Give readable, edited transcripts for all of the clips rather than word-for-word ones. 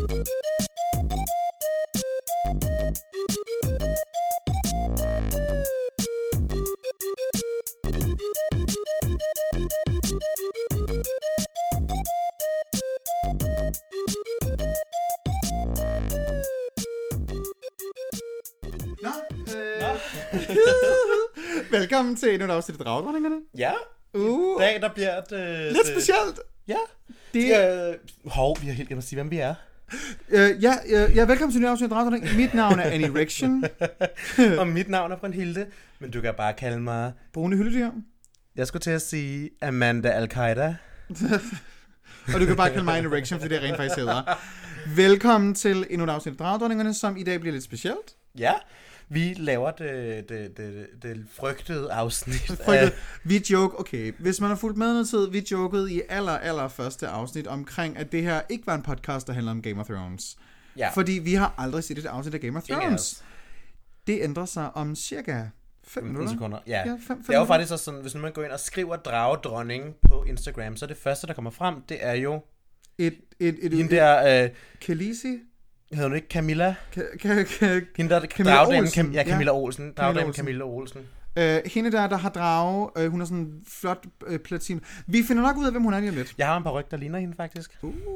Velkommen til endnu et afsnit af Dragdronningerne. Ja, i dag der bliver det... Lidt specielt. Ja. Vi har helt glemt at sige, hvem vi er. Velkommen til endnu et afsnit af Dragdronningerne. Mit navn er Annie Rection. Og mit navn er Brunhilde, men du kan bare kalde mig... Brune Hyldedyr. Jeg skulle til at sige Amanda Al-Qaida. Og du kan bare kalde mig Annie Rection, fordi det rent faktisk hedder. Velkommen til endnu et afsnit af Dragdronningerne, som i dag bliver lidt specielt. Ja. Vi laver det frygtede afsnit. Vi joke, okay, hvis man har fulgt med noget tid, vi jokede i aller første afsnit omkring, at det her ikke var en podcast, der handler om Game of Thrones. Ja. Fordi vi har aldrig set et afsnit af Game of Thrones. Det ændrer sig om cirka 5 minutter. Sekunder. Ja. 5 det er jo faktisk også sådan, hvis nu man går ind og skriver Dragedronning på Instagram, så det første, der kommer frem, det er jo hende der... Khaleesi? Hedder hun ikke Camilla? Hende der Camilla Olsen. Camilla Olsen. Dragdamen Camilla Olsen. Hende der har drage, hun er sådan en flot platin. Vi finder nok ud af, hvem hun er lige lidt. Jeg har en paryk, der ligner hende faktisk.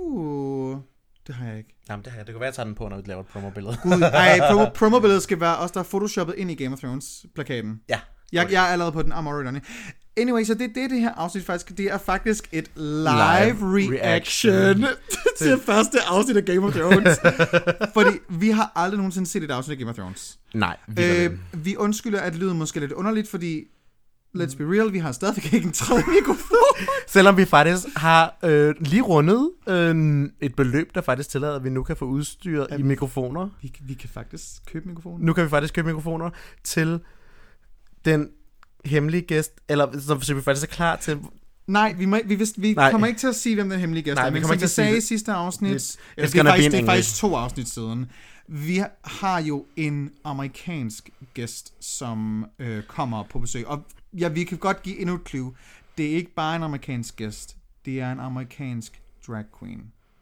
Det har jeg ikke. Jamen, det har jeg. Det kan være, at jeg tager den på, når vi laver et promo-billede. Promo-billedet skal være også der er photoshoppet ind i Game of Thrones-plakaten. Ja. Jeg er allerede på den. I'm already done it. Anyway, så det her afsnit faktisk, det er faktisk et live reaction til første afsnit af Game of Thrones. Fordi vi har aldrig nogensinde set et afsnit af Game of Thrones. Nej. Vi undskylder, at lyden måske er lidt underligt, fordi let's be real, vi har stadigvæk ikke en tredje mikrofon. Selvom vi faktisk har lige rundet et beløb, der faktisk tillader, at vi nu kan få udstyr i mikrofoner. Vi kan faktisk købe mikrofoner. Nu kan vi faktisk købe mikrofoner til den hemmelige gæst, eller så vi faktisk er klar til... Nej, vi kommer ikke til at sige, hvem den hemmelige gæst er, men som vi sagde i sidste afsnit, det er faktisk 2 afsnit siden, vi har jo en amerikansk gæst, som kommer på besøg, og ja, vi kan godt give endnu et clue. Det er ikke bare en amerikansk gæst, det er en amerikansk drag queen.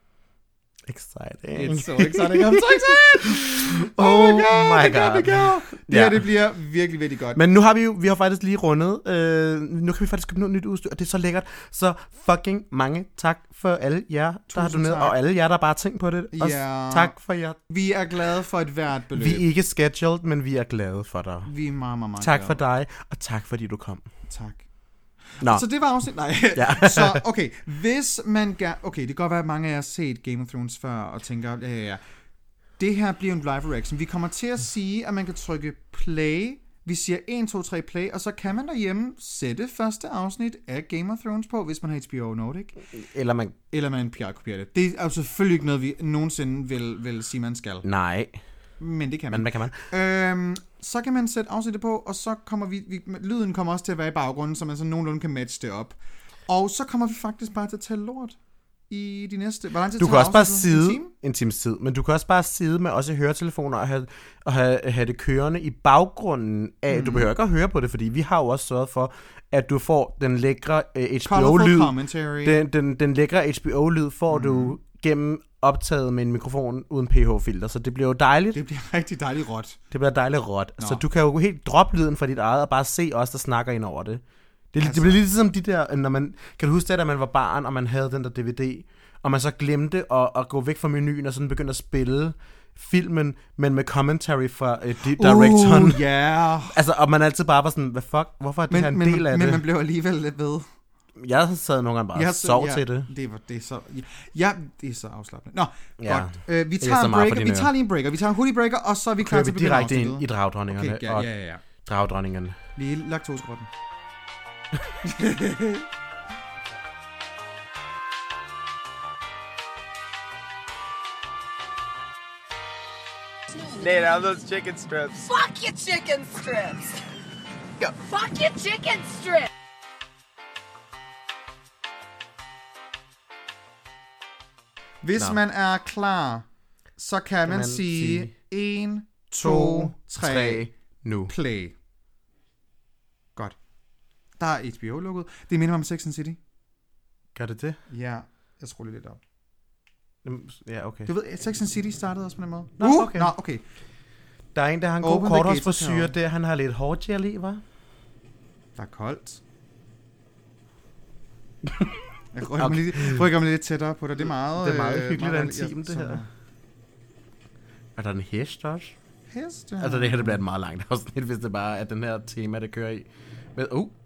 Exciting. It's so exciting. I'm so excited. Oh my god. Det her, det bliver virkelig, virkelig godt. Men nu har vi har faktisk lige rundet. Nu kan vi faktisk købe noget nyt udstyr, og det er så lækkert. Så fucking mange tak for alle jer, der har doneret, og alle jer, der bare har tænkt på det. Også tak for jer. Vi er glade for et hvert beløb. Vi er ikke scheduled, men vi er glade for dig. Vi er meget tak glade. For dig, og tak fordi du kom. Tak. Nå. Så det var afsnit. Nej. Ja. Så okay, hvis man okay, det kan godt være, at mange af jer har set Game of Thrones før og tænker, ja. Det her bliver en live reaction. Vi kommer til at sige, at man kan trykke play. Vi siger 1, 2, 3 play, og så kan man derhjemme sætte første afsnit af Game of Thrones på, hvis man har HBO Nordic. Eller man piratkopiere det. Det er jo selvfølgelig ikke noget, vi nogensinde vil sige, man skal. Nej. Men det kan man. Men hvad kan man? Så kan man sætte afsnittet på, og så kommer lyden kommer også til at være i baggrunden, så man så nogenlunde kan matche det op. Og så kommer vi faktisk bare til at tale lort i de næste... Du kan også bare sidde en times tid, men du kan også bare sidde med også høretelefoner og have det kørende i baggrunden af... Du behøver ikke at høre på det, fordi vi har jo også sørget for, at du får den lækre HBO-lyd. Den lækre HBO-lyd får du gennem optaget med en mikrofon uden pH-filter, så det bliver jo dejligt. Det bliver rigtig dejligt råt. Det bliver dejligt råt. Så du kan jo helt droppe lyden fra dit eget og bare se os, der snakker ind over det. Det bliver ligesom de der, når man... Kan du huske det, da man var barn, og man havde den der DVD, og man så glemte at gå væk fra menuen, og sådan begyndte at spille filmen, men med commentary fra directoren. Yeah. Altså, og man altid bare var sådan, hvad fuck, hvorfor er det her en del af det? Men man blev alligevel lidt ved. Jeg sad nogle gange bare og sov til det. Det er så afslappende. Nå, godt. Vi tager en breaker. Vi tager lige en breaker. Vi tager en hurtig breaker, og så er vi klar til at begynde direkte ind i Dragedronningerne. Okay, ja. Dragedronningerne. Vi er laktosegrotten. Nate, how those chicken strips? Fuck your chicken strips! Go. Fuck your chicken strips! Hvis man er klar, så kan man sige 1, 2, 3, nu. Play. Godt. Der er HBO lukket. Det minder mig om Sex and City. Gør det det? Ja, jeg skruer lidt op. Ja, okay. Du ved, Sex and City startede også på den måde. Okay. Okay. Der er en, der har en god korthårsfrisyr der. Han har lidt hårgel i, hva'? Der er koldt. Jeg rykker mig lidt tættere på dig. Det er meget hyggeligt og intimt, det her. Er der en hest også? Hest, Altså, det her det bliver et meget langt afsnit, hvis det bare er den her tema, der kører i. Men,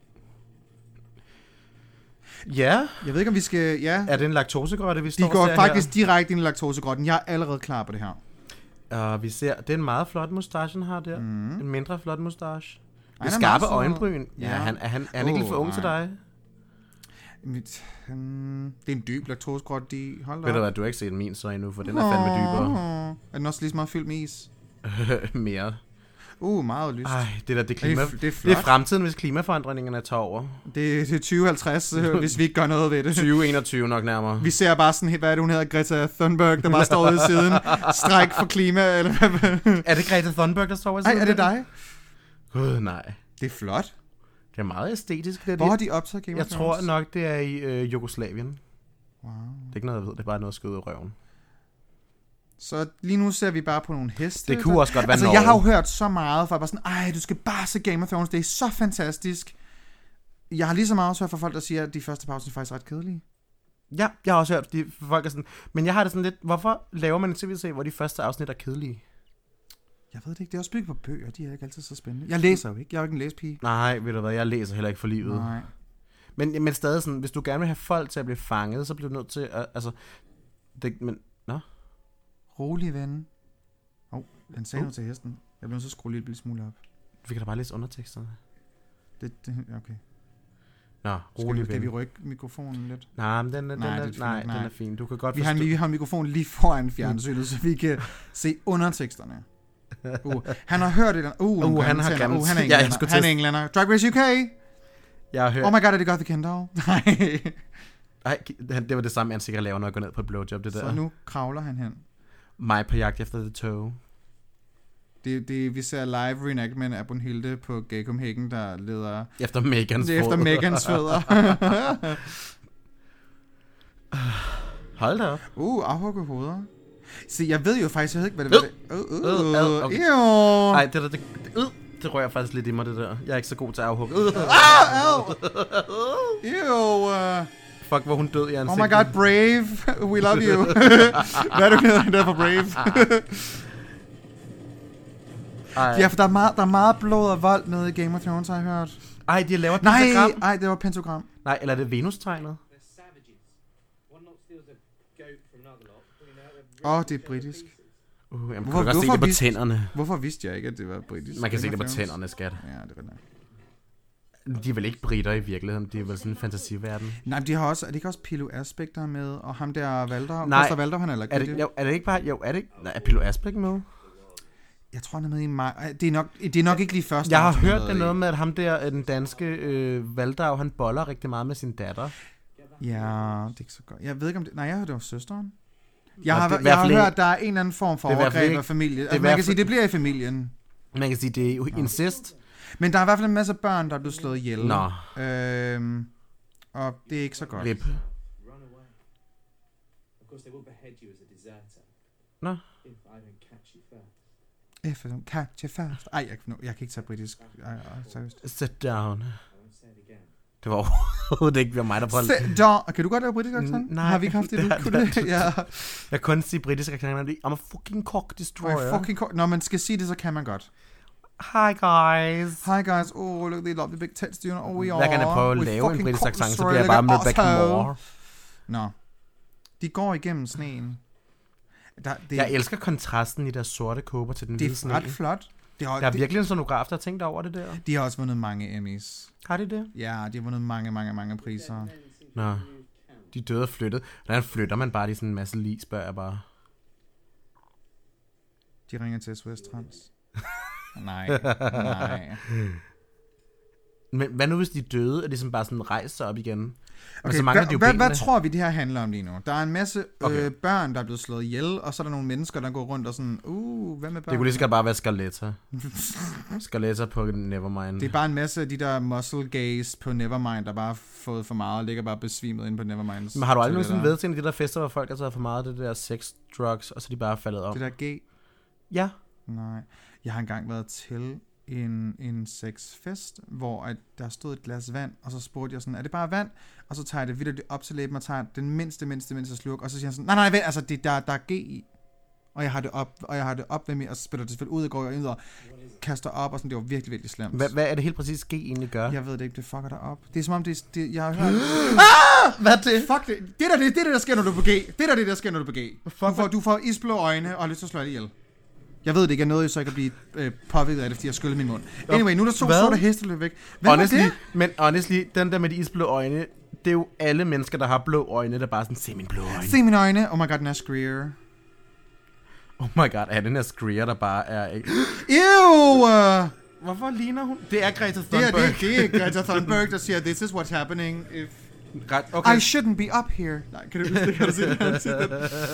ja. Jeg ved ikke, om vi skal... Ja. Er det en laktosegrotte, vi står De går faktisk direkte ind i laktosegrotten. Jeg er allerede klar på det her. Vi ser... Det er en meget flot mustache, han har der. En mindre flot mustache. Med Han er skarpe meget så- øjenbryn. Ja, Ja. er han ikke lidt for ung til dig? Det er en dyb laktosegrotte, de holder Ved du hvad, du har ikke set min så endnu, for den er fandme dybere. Er den også lige så meget fyldt med is? Mere. Meget lyst. Ej, det er det er flot. det er fremtiden, hvis klimaforandringerne tager over. Det er 2050, hvis vi ikke gør noget ved det. 2021 nok nærmere. Vi ser bare sådan, hvad er det, hun hedder? Greta Thunberg, der bare står ude i siden. Stræk for klima, eller hvad? Er det Greta Thunberg, der står ude i Ej, siden? er det dig? Gud, nej. Det er flot. Det er meget æstetisk. Det Hvor har de optaget Game of Jeg tror Thrones? nok, det er i Jugoslavien. Wow. Det er ikke noget, jeg ved. Det er bare noget skud ud af røven. Så lige nu ser vi bare på nogle heste. Det kunne også godt være altså, Norge. jeg har jo hørt så meget fra bare sådan, ej, du skal bare se Game of Thrones, det er så fantastisk. Jeg har lige så meget også hørt fra folk, der siger, at de første pauser er faktisk ret kedelige. Ja, jeg har også hørt, de folk er sådan... Men jeg har det sådan lidt... Hvorfor laver man en tv-serie, hvor de første afsnit er kedelige? Jeg ved det ikke, det er også bygget på bøger, de er ikke altid så spændende. Jeg læser jo ikke, jeg er jo ikke en læspige. Nej, ved du hvad, jeg læser heller ikke for livet. Nej. Men stadig sådan, hvis du gerne vil have folk til at blive fanget, så bliver du nødt til at... Altså... Rolig ven. Han sagde noget til hesten. Jeg bliver så skrue lidt lille smule op. Vi kan da bare læse underteksterne. Okay. Nå, rolig Skal vi ven. rykke mikrofonen lidt? Nej, men den det er, er fint. nej, den Nej. er fin. Du kan godt Vi forstå... har en mikrofon lige foran fjernsynet, så vi kan se underteksterne. Han har hørt det. Han har glemt. Han er Ja, englænder. jeg skulle Han er til- englænder. Drag Race UK! Jeg har hørt... Oh my god, er det godt, det Kendall? Nej. Ej, det var det samme, han sikkert laver, når jeg går ned på et blowjob, det der. Så nu kravler han hen. Mig på jagt efter The Toe. Vi ser live reenactment af Brunhilde på Gay Copenhagen, der leder... Efter Megans Det er efter Megans fødder. Hold da op. Afhugge hoveder. Se, jeg ved jo faktisk, jeg ved ikke, hvad det er. Okay. Ew. Ej, det rører faktisk lidt i mig, det der. Jeg er ikke så god til at afhugge. Ew. Fuck, hvor hun død i Oh ansigtet. my god, Brave. We love you. Hvad er du med der for Brave? Ja, for der er meget blod og vold nede i Game of Thrones, har jeg hørt. Ej, de laver et pentagram. Nej, det var pentagram. Nej, eller er det Venus-tegnet? Det er britisk. Jamen, kan du godt se det på tænderne? Hvorfor vidste jeg ikke, at det var britisk? Man kan se det på tænderne, skat. Ja, det er rigtigt. De er vel ikke britter i virkeligheden, de er vel sådan en fantasiverden. Nej, men de har også, er det ikke også Pilo Asbæk, der er med, og ham der Valder? Nej. Koster Valder, han er ikke er det ikke bare, er det ikke, nej, er Pilo Asbæk med? Jeg tror, han er med i det er nok ikke lige første. Jeg har hørt det noget med, at ham der, den danske Valdrag, han boller rigtig meget med sin datter. Ja, det er ikke så godt. Jeg ved ikke om det... Nej, jeg hørte, det var søsteren. Jeg har hørt, at der er en eller anden form for overgreb af familie. Altså, man kan sige, det bliver i familien. Man kan sige, det er jo incest. Men der er i hvert fald en masse børn, der er blevet slået ihjel. Nå. Og det er ikke så godt. Rip. Nå. If I don't catch you fast. Ej, jeg kan ikke tage britisk. Seriøst. Sit down. Det var overhovedet ikke mig, der prøvede. Sit down. Kan du godt lave britisk accent? Nej. Har vi ikke haft det? Ja. Jeg kan kun sige britisk accent. I'm a fucking cock destroyer. Når man skal sige det, så kan man godt. Hi guys. Hi guys. Oh, look, they love the big tits. Do you know we are? Hver gang jeg prøver at lave en britisk accent, så bliver jeg bare med back more. Nå. De går igennem sneen. Jeg elsker kontrasten i deres sorte kåber til den hvide sne. Det er ret flot. Der er virkelig en sonograf, der har tænkt over det der. De har også vundet mange Emmys. Har de det? Ja, de har vundet mange priser. Nå. De døde og flyttet. Hvordan flytter man bare de sådan en masse lig, spørger jeg bare. De ringer til SOS Trans. Nej. Men hvad nu, hvis de døde, og ligesom bare sådan rejser op igen? Okay, hvad tror vi, det her handler om lige nu? Der er en masse børn, der er blevet slået ihjel, og så er der nogle mennesker, der går rundt og sådan, hvad med børn? Det kunne lige så godt bare være skeletter. Skeletter på Nevermind. Det er bare en masse af de der muscle gays på Nevermind, der bare har fået for meget og ligger bare besvimet inde på Nevermind. Men har du aldrig nogensinde været til en af de der fester, hvor folk har taget for meget af det der sex, drugs, og så de bare er faldet om? Det der G? Ja. Nej. Jeg har engang været til en sexfest, hvor at der stod et glas vand, og så spurgte jeg sådan, er det bare vand? Og så tager jeg det vildt op til læben og tager den mindste slurk, og så siger han sådan, nej, vent, altså der er G i. Og jeg har det op ved mig, og så spiller det selvfølgelig ud, og går jeg ud og kaster op, og sådan, det var virkelig, virkelig slemt. Hvad er det helt præcis G egentlig gør? Jeg ved det ikke, det fucker dig op. Det er som om, det jeg har hørt... Hvad er det? Fuck det. Det der sker, når du er på G. Det der sker, når du er på G. Du får isblå øjne, og har lyst til at slå det ihjel. Jeg ved det ikke, jeg nåede så ikke at blive påvirket af det, fordi jeg skyllede min mund. Anyway, nu er der to sorte heste, der løb væk. Honestly, den der med de isblå øjne, det er jo alle mennesker, der har blå øjne, der bare sådan, se mine blå øjne. Se mine øjne. Oh my god, den er Screer. Oh my god, er den her Screer, der bare er... Ew! Hvorfor ligner hun? Det er Greta Thunberg. Det er Greta Thunberg, der siger, this is what's happening if... Okay. I shouldn't be up here. Nej, kan du se det?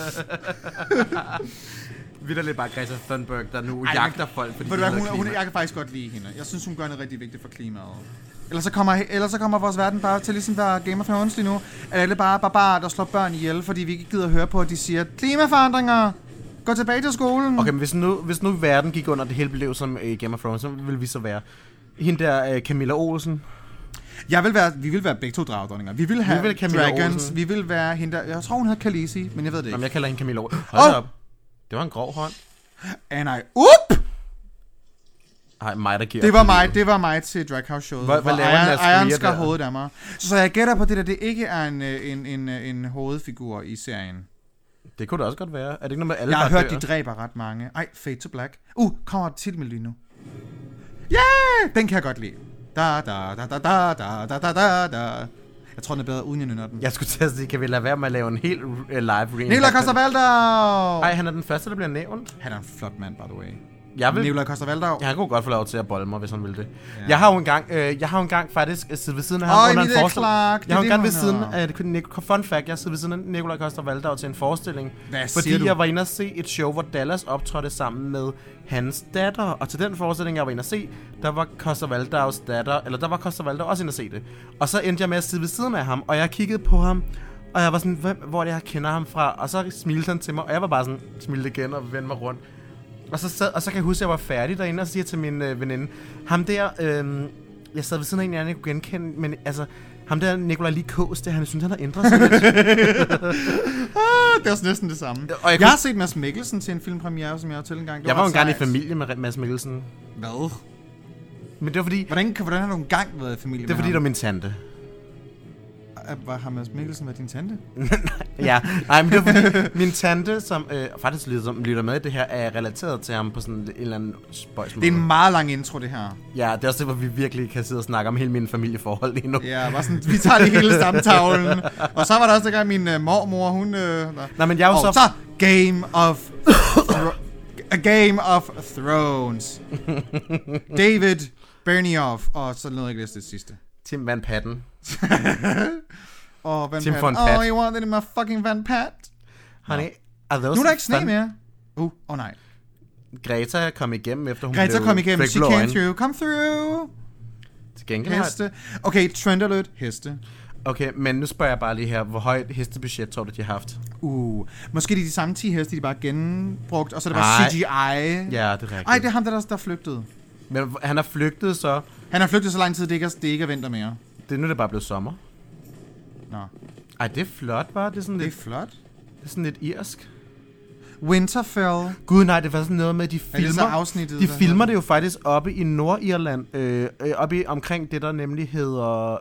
Vitterligt bare Greta Thunberg, der nu jagter folk, fordi jeg kan faktisk godt lide hende. Jeg synes, hun gør noget rigtig vigtigt for klimaet. Ellers så kommer vores verden bare til ligesom der Game of Thrones lige nu. At alle bare barbarer, der slår børn ihjel, fordi vi ikke gider at høre på, at de siger, klimaforandringer, gå tilbage til skolen. Okay, men hvis nu verden gik under, det hele blev som Game of Thrones, så vil vi så være hende der Camilla Olsen. Vi vil være begge to dragdronninger. Vi vil have dragons. Olsen. Vi vil være hende der... Jeg tror, hun hedder Khaleesi, men jeg ved det ikke. Jamen, jeg kalder hende Camilla Olsen. Hold op. Det var en grov hånd. And I... Up! Ej, mig, der giver... Det var mig til Draghouse-showet. Hvad laver Iron skar hovedet af mig. Så jeg gætter på det der, det ikke er en hovedfigur i serien. Det kunne det også godt være. Er det ikke noget med alle, jeg har hørt, de dræber ret mange. Ej, Fade to Black. Kommer titelmelodi nu. Yeah! Den kan jeg godt lide. Da. Jeg tror, den er bedre, uden jeg nynner den. Jeg skulle til at sige, kan vi lade være med at lave en helt live remake? Nikolaj Coster-Waldau! Ej, han er den første, der bliver nævnt. Han er en flot mand, by the way. Nikolaj Coster-Waldau. Jeg kunne godt få lov til at bolle mig, hvis han ville det. Ja. Jeg har jo engang faktisk siddet ved siden af ham under en forestilling. Jeg har jo engang ved siden af... Fun fact, jeg sidder ved siden af Nikolaj Coster-Waldau til en forestilling. Fordi jeg var inde at se et show, hvor Dallas optrådte sammen med hans datter. Og til den forestilling, jeg var inde at se, der var Coster-Waldaus datter... Eller der var Coster-Waldau også inde at se det. Og så endte jeg med at sidde ved siden af ham, og jeg kiggede på ham. Og jeg var sådan, hvor er det, jeg kender ham fra? Og så smilte han til mig, og jeg var bare sådan, smilte igen og vendte mig rundt. Og så kan jeg huske, at jeg var færdig derinde, og så siger til min veninde, ham der, jeg sad ved siden af en, jeg kunne genkende, men altså, ham der Nikolaj Likås, han synes, han har ændret sig lidt. Det er også næsten det samme. Jeg har set Mads Mikkelsen til en filmpremiere, som jeg har til en gang. Jeg var jo engang i familie med Mads Mikkelsen. Hvad? Men det var fordi... Hvordan har du engang været i familie med ham? Det er fordi, det var min tante. Har Mads Mikkelsen været din tante? Ja, nej, men det var fordi, min tante, som faktisk lytter med i det her, er relateret til ham på sådan en eller anden spøjs måde. Det er en meget lang intro, det her. Ja, det er også det, hvor vi virkelig kan sidde og snakke om hele min familieforhold lige nu. Ja, bare sådan, vi tager det hele stamtavlen. Og så var der også dengang min mormor, hun... Nej, men jeg er jo så A Game of Thrones. David Benioff, og så noget, jeg læste det sidste. Tim Van Patten. Tim von Pat. You want it in my fucking Van Pat? Honey, are those... Nu er der ikke sne mere. Nej. Greta kom igennem, efter hun Greta kom igennem. She came through. Come through. Til gengæld heste. Okay, trend alert. Heste. Okay, men nu spørger jeg bare lige her, hvor højt hestebudget tror du, de har haft? Måske de samme 10 heste, de bare genbrugt, og så er det bare CGI. Ja, det er rigtigt. Ej, det er ham, der flygtede. Men han har flygtet så... Han har flygtet så lang tid, det ikke er vinter mere. Det er nu, det bare blevet sommer. Nå. Ej, det er flot, bare. Det er sådan lidt... Det er flot. Det er sådan lidt irsk. Winterfell. Gud, nej, det var sådan noget med, de filmer... De filmer det jo faktisk oppe i Nordirland. Oppe omkring det, der nemlig hedder...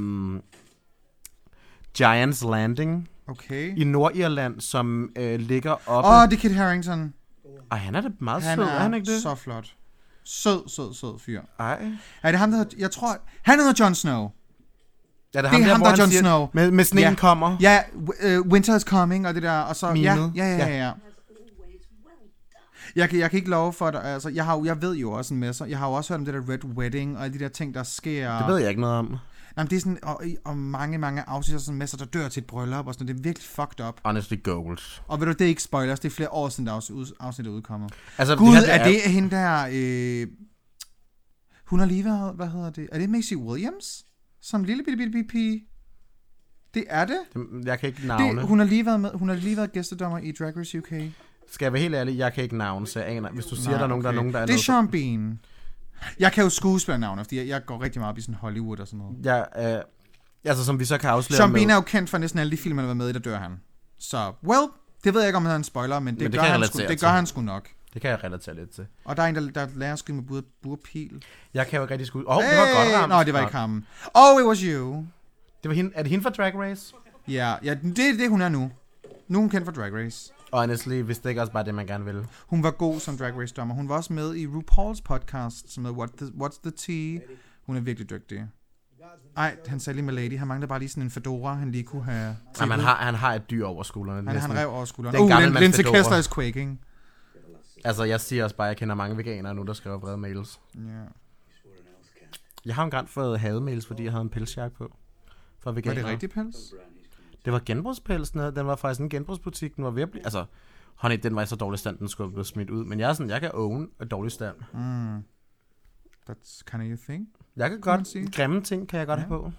Giants Landing. Okay. I Nordirland, som ligger oppe... det er Kit Harington. Ej, han er da meget sød, er han ikke det? Så flot. Sød fyr. Ej. Er det ham, der hedder... Jeg tror... Han hedder Jon Snow. Ja, det er ham, der Jon Snow. Med sneen kommer. Ja, winter is coming, og det der, og så... Ja. Jeg kan ikke love for dig. Altså, jeg ved jo også en masse. Jeg har jo også hørt om det der Red Wedding, og alle de der ting, der sker. Det ved jeg ikke noget om. Jamen, det er sådan, og mange afsnit, og sådan masser, der dør til et bryllup, og sådan, det er virkelig fucked up. Honestly goals. Og ved du, det er ikke spoilers, det er flere år siden, afsnit er udkommet. Altså, Gud, er det hende der, hun har lige været, hvad hedder det? Er det Maisie Williams? Som lille bitte pige? Det er det? Jeg kan ikke navne. Hun har lige været gæstedommer i Drag Race UK. Skal jeg være helt ærlig, jeg kan ikke navne, så jeg aner. Hvis du siger, der er nogen, okay. der er nogen, der er det er Sean Bean. Jeg kan jo skuespillernavne, fordi jeg går rigtig meget op i sådan Hollywood og sådan noget. Altså, som vi så kan afsløre Sean Bean er jo kendt for næsten alle de film, han har været med i, der dør han. Så, det ved jeg ikke, om han er en spoiler, men det gør han sgu nok. Det kan jeg relatere lidt til. Og der er en, der lærer at skyde med burpil. Jeg kan jo ikke rigtig skyde. Det var godt ramt. Nå, det var ikke ham. It was you. Det var hende. Er det hende fra Drag Race? Ja, det er det, hun er nu. Nu er hun kendt for Drag Race. Honestly, hvis det ikke også bare det, man gerne vil. Hun var god som Drag Race-dommer. Hun var også med i RuPaul's podcast, som hedder What's the Tea. Hun er virkelig dygtig. Ej, han sagde lige med Lady. Han manglede bare lige sådan en fedora, han lige kunne have... Jamen, han har et dyr over skuldrene. Han rev over skuldrene. Lindsay Kessler is quaking. Altså, jeg siger også bare, at jeg kender mange veganere nu, der skriver vrede mails. Ja. Jeg har engang fået hademails, fordi jeg havde en pelsjakke på. For veganere. Var det rigtig pels? Det var genbrugspelsen. Den var faktisk en genbrugsbutik. Den var ved at blive... Altså, honey, den var i så dårlig stand, den skulle blive smidt ud. Men jeg er sådan, jeg kan own et dårlig stand. That's kind of your thing. Jeg kan godt sige. Grimme ting kan jeg godt have på.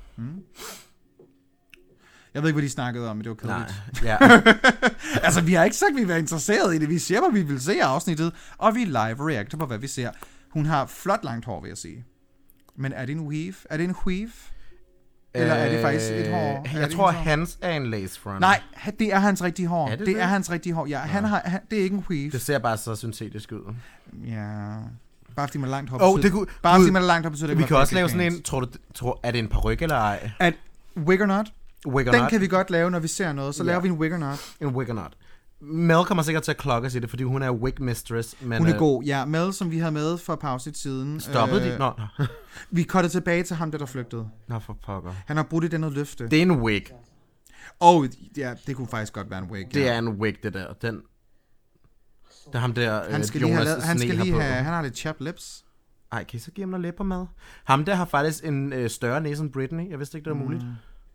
Jeg ved ikke, hvad de snakkede om, men det var kedeligt. Ja. Altså, vi har ikke sagt, at vi var interesseret i det. Vi siger, hvad vi vil se af afsnittet, og vi live reacter på, hvad vi ser. Hun har flot langt hår, vil jeg sige. Men er det en weave? Er det en weave? Eller er det faktisk et hår? Jeg tror, hans er en lace front. Nej, det er hans rigtige hår. Er det er hans rigtige hår. Ja, det er ikke en weave. Det ser bare så syntetisk ud. Ja... Bare fordi man er langt hår Bare fordi man er langt hår betyder det. Vi kan også lave sådan en, er det en paryk eller ej? Wig or not? Den kan vi godt lave, når vi ser noget. Så laver vi en wig or not. En wig or not. Mel kommer sikkert til at klokke os i det, fordi hun er wig mistress. Men, hun er god, ja. Mel, som vi havde med for pause siden. Stoppede de? Nå. Vi cuttede tilbage til ham, der flygtede. Nå, for pokker. Han har brudt i den løfte. Det er en wig. Ja, det kunne faktisk godt være en wig. Det er en wig, det der. Det er ham der, han skal han har lidt chapped lips. Ej, kan I så give ham noget læber med? Ham der har faktisk en større næse end Britney. Jeg vidste ikke, det var muligt.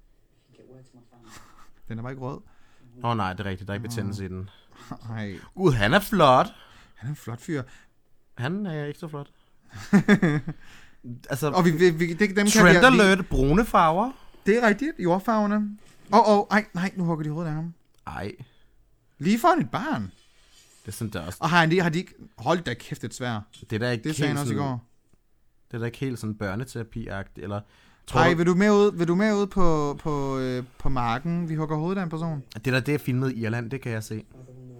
Den er bare ikke rød. Nej, det er rigtigt. Der er ikke betændelse i den. Ej. Gud, han er flot. Han er en flot fyr. Han er ikke så flot. Altså, og dem trend alert, brune farver. Det er rigtigt, jordfarverne. Nej, nu hugger de hovedet af ham. Ej. Lige foran et barn. Det er sådan der også. Og har de ikke... Hold da kæft, det er svært. Det er ikke det sagde han også i går. Det er da ikke helt sådan børneterapi-agtigt, eller... Ej, vil du med ud på marken? Vi hugger hovedet af en person. Det er filmet i Irland, det kan jeg se.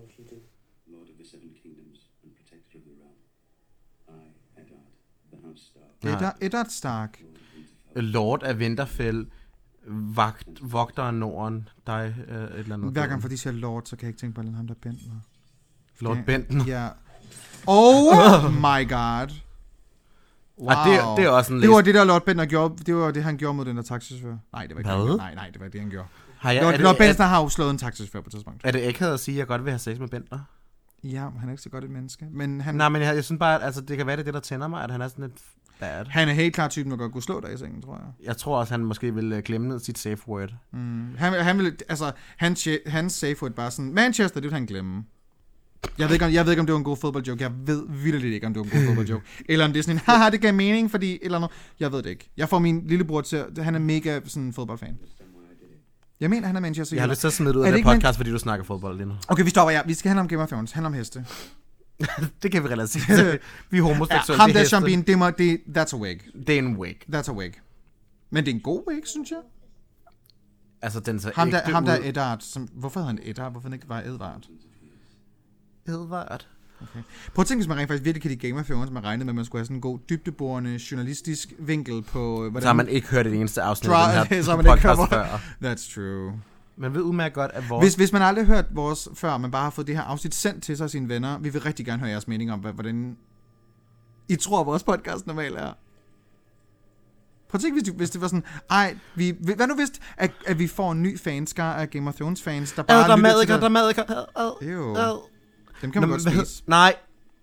Eddard Stark. Lord af Winterfell, vogter af Norden, dig et eller andet. Hver gang for de siger Lord, så kan jeg ikke tænke på ham der Bentner. Lord Bentner? Ja. Oh my god. Wow. Det er også en det var det der Lord Bentner gjorde. Det var det han gjorde mod den der taxichauffør. Nej, det var ikke det. Nej, det var det han gjorde. Lord Bentner har jo slået en taxichauffør på et tidspunkt. Er det ikke at sige at jeg godt vil have sex med Bentner? Ja, han er ikke så godt et menneske, men han... Nej, men jeg synes bare, altså det kan være det der tænder mig, at han er sådan lidt bad. Han er helt klart typen, der godt kunne slå dig i sengen, tror jeg. Jeg tror også, han måske vil glemme ned sit safe word. Han vil, altså, hans safe word bare sådan, Manchester, det vil han glemme. Jeg ved ikke, om det var en god fodboldjoke. Jeg ved virkelig ikke, om det var en god fodboldjoke. Eller om det er sådan en, haha, det gav mening, fordi, eller noget. Jeg ved det ikke. Jeg får min lillebror til, han er mega sådan fodboldfan. Jeg mener, han er Manchester. Jeg har lyst til at smide ud af det podcast, fordi du snakker fodbold lige nu. Okay, vi stopper, ja. Vi skal handle om Game of Thrones. Handle om heste. Det kan vi relativt. Vi er homoseksuelle. Ham der Jean Bean, that's a wig. Det er en wig. That's a wig. Men det er en god wig, synes jeg. Altså, den så ham der Eddard, hvorfor hedder han Eddard? Hvorfor ikke bare Edvard? Edvard. Okay. Prøv at tænke, hvis man rent faktisk virkelig kan lide Game of Thrones, man regnede med, at man skulle have sådan en god, dybdeborende, journalistisk vinkel på... Hvordan... Så har man ikke hørt det eneste afsnit af den her podcast før. That's true. Man ved udmærket godt, at vores... Hvis man aldrig har hørt vores før, man bare har fået det her afsnit sendt til sig af sine venner, vi vil rigtig gerne høre jeres mening om, hvordan I tror, vores podcast normalt er. Prøv at tænke, hvis det var sådan, hvad nu hvis, at vi får en ny fanskare af Game of Thrones fans, der bare lytter til det. Der er maddiker. Dem kan man godt spise. Nej,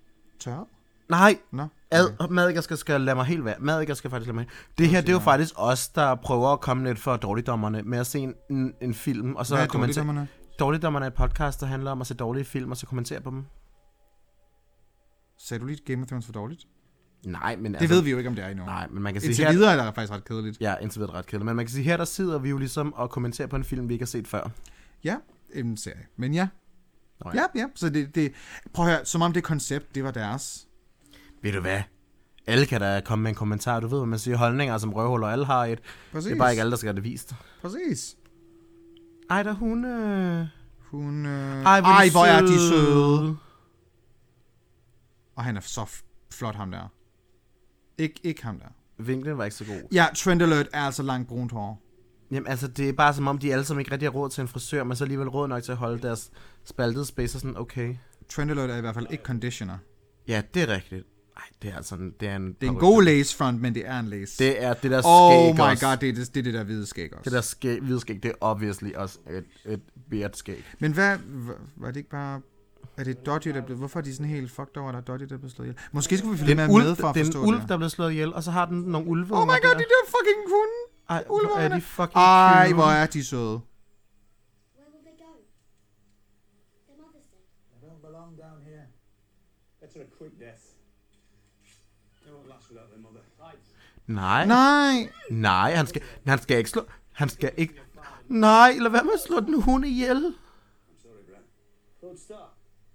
tørret? Nej, Nå. Madagaskar skal lade mig helt være. Madagaskar skal faktisk lade mig helt. Det her, det er jo faktisk os, der prøver at komme lidt for dårligdommerne med at se en film, og så hvad er dårligdommerne? Dårligdommerne er et podcast, der handler om at se dårlige film, og så kommentere på dem. Sagde du lige Game of Thrones for dårligt? Nej, men det ved vi jo ikke, om det er endnu. Nej, men man kan sige indtil videre er det faktisk ret kedeligt. Ja, indtil videre ret kedeligt. Men man kan sige, her der sidder vi jo ligesom og kommenterer på en film, vi ikke har set før. Ja, en serie. Men ja. Ja. Så det prøv at høre, som om det koncept, det var deres. Ved du hvad? Alle kan da komme med en kommentar. Du ved, hvad man siger. Holdninger som røvhuller, alle har et. Præcis. Det er bare ikke alle, der skal have det vist. Præcis. Ej, der hun... Ej, hvor er de søde. Og han er så flot, ham der. Ikke ham der. Vinklen var ikke så god. Ja, Trend Alert er altså langt brunt hår. Jamen altså, det er bare som om, de alle sammen ikke rigtig har råd til en frisør, men så alligevel råd nok til at holde deres spaltede spacer sådan, okay. Trend Alert er i hvert fald ikke conditioner. Ja, det er rigtigt. Ej, det er altså det er en god lace front, men det er en lace. Det er det der skæg også. Oh my god, det er det der hvide skæg også. Det der hvide skæg, det er obviously også et beard skæg. Men hvad, var det ikke bare... Er det Dodgy, der blev... Hvorfor er de sådan helt fucked over, at der er Dodgy, der blev slået ihjel? Måske skulle vi følge med for at forstå det. Det er en ulv, der blev slået ihjel, og så har den nogle ulve. Oh my god, de der fucking hunde! Ej, hvor er de fucking cute. Ej, hvor er de søde. Where will they go? Their mother's dead. They don't belong down here. Better a quick death. They won't last without their mother. Right. Nej, han skal ikke slå... Han skal ikke... Nej, lad være med at slå den hunde ihjel. I'm sorry, Bran. Good start.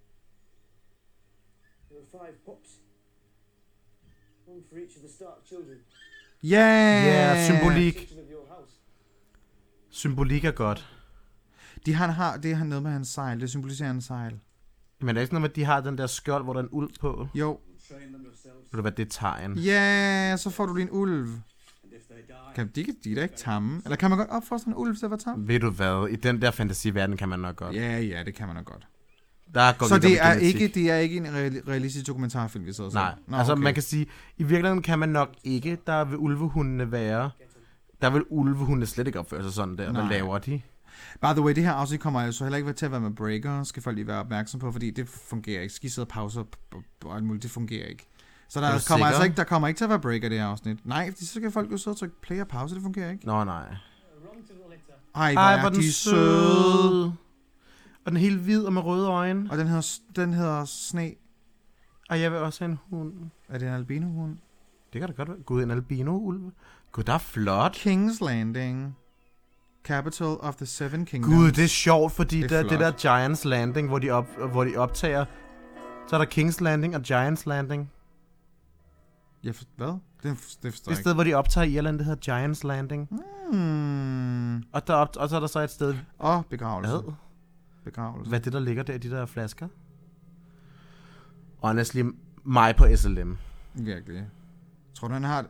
There were 5 pups. One for each of the Stark children. Yeah! Symbolik. Children of your house. Symbolik er godt. Det har noget med hans sejl. Det symboliserer hans sejl. Men er det ikke noget med, at de har den der skjold, hvor der er en ulv på? Jo. Train them yourselves. Ved du hvad, det er tegn. Ja, så får du lige en ulv. And if they die, De er da ikke tamme. Eller kan man godt opfostre en ulv til at være tam? Ved du hvad, i den der fantasiverden kan man nok godt. Ja, det kan man nok godt. Der går så det er ikke en realistisk dokumentarfilm, vi sidder og nej, Nå, altså okay. man kan sige, i virkeligheden kan man nok ikke, der vil ulvehundene være, der vil ulvehundene slet ikke opføre sig sådan der. Hvad laver de? By the way, det her afsnit kommer altså heller ikke til at være med breaker, skal folk lige være opmærksom på, fordi det fungerer ikke. Skal I sidde og pauser og alt muligt, det fungerer ikke. Så der kommer ikke til at være breaker det her afsnit. Nej, så skal folk jo sidde og trykke play og pause, det fungerer ikke. Nå nej. Ej, hvor er de søde. Og den er helt hvid og med røde øjne. Og den hedder Sne. Og jeg vil også have en hund. Er det en albino-hund? Det kan da godt være. Gud, en albino-ulv. Gud, der er flot. King's Landing. Capital of the Seven Kingdoms. Gud, det er sjovt, fordi det der Giants Landing, hvor de optager. Så er der King's Landing og Giants Landing. Hvad? Det er et sted, hvor de optager i Irland, det hedder Giants Landing. Og så er der så et sted... begravelse. Hvad er det, der ligger der i de der flasker? Honestly, mig på SLM. Virkelig. Tror du, han har...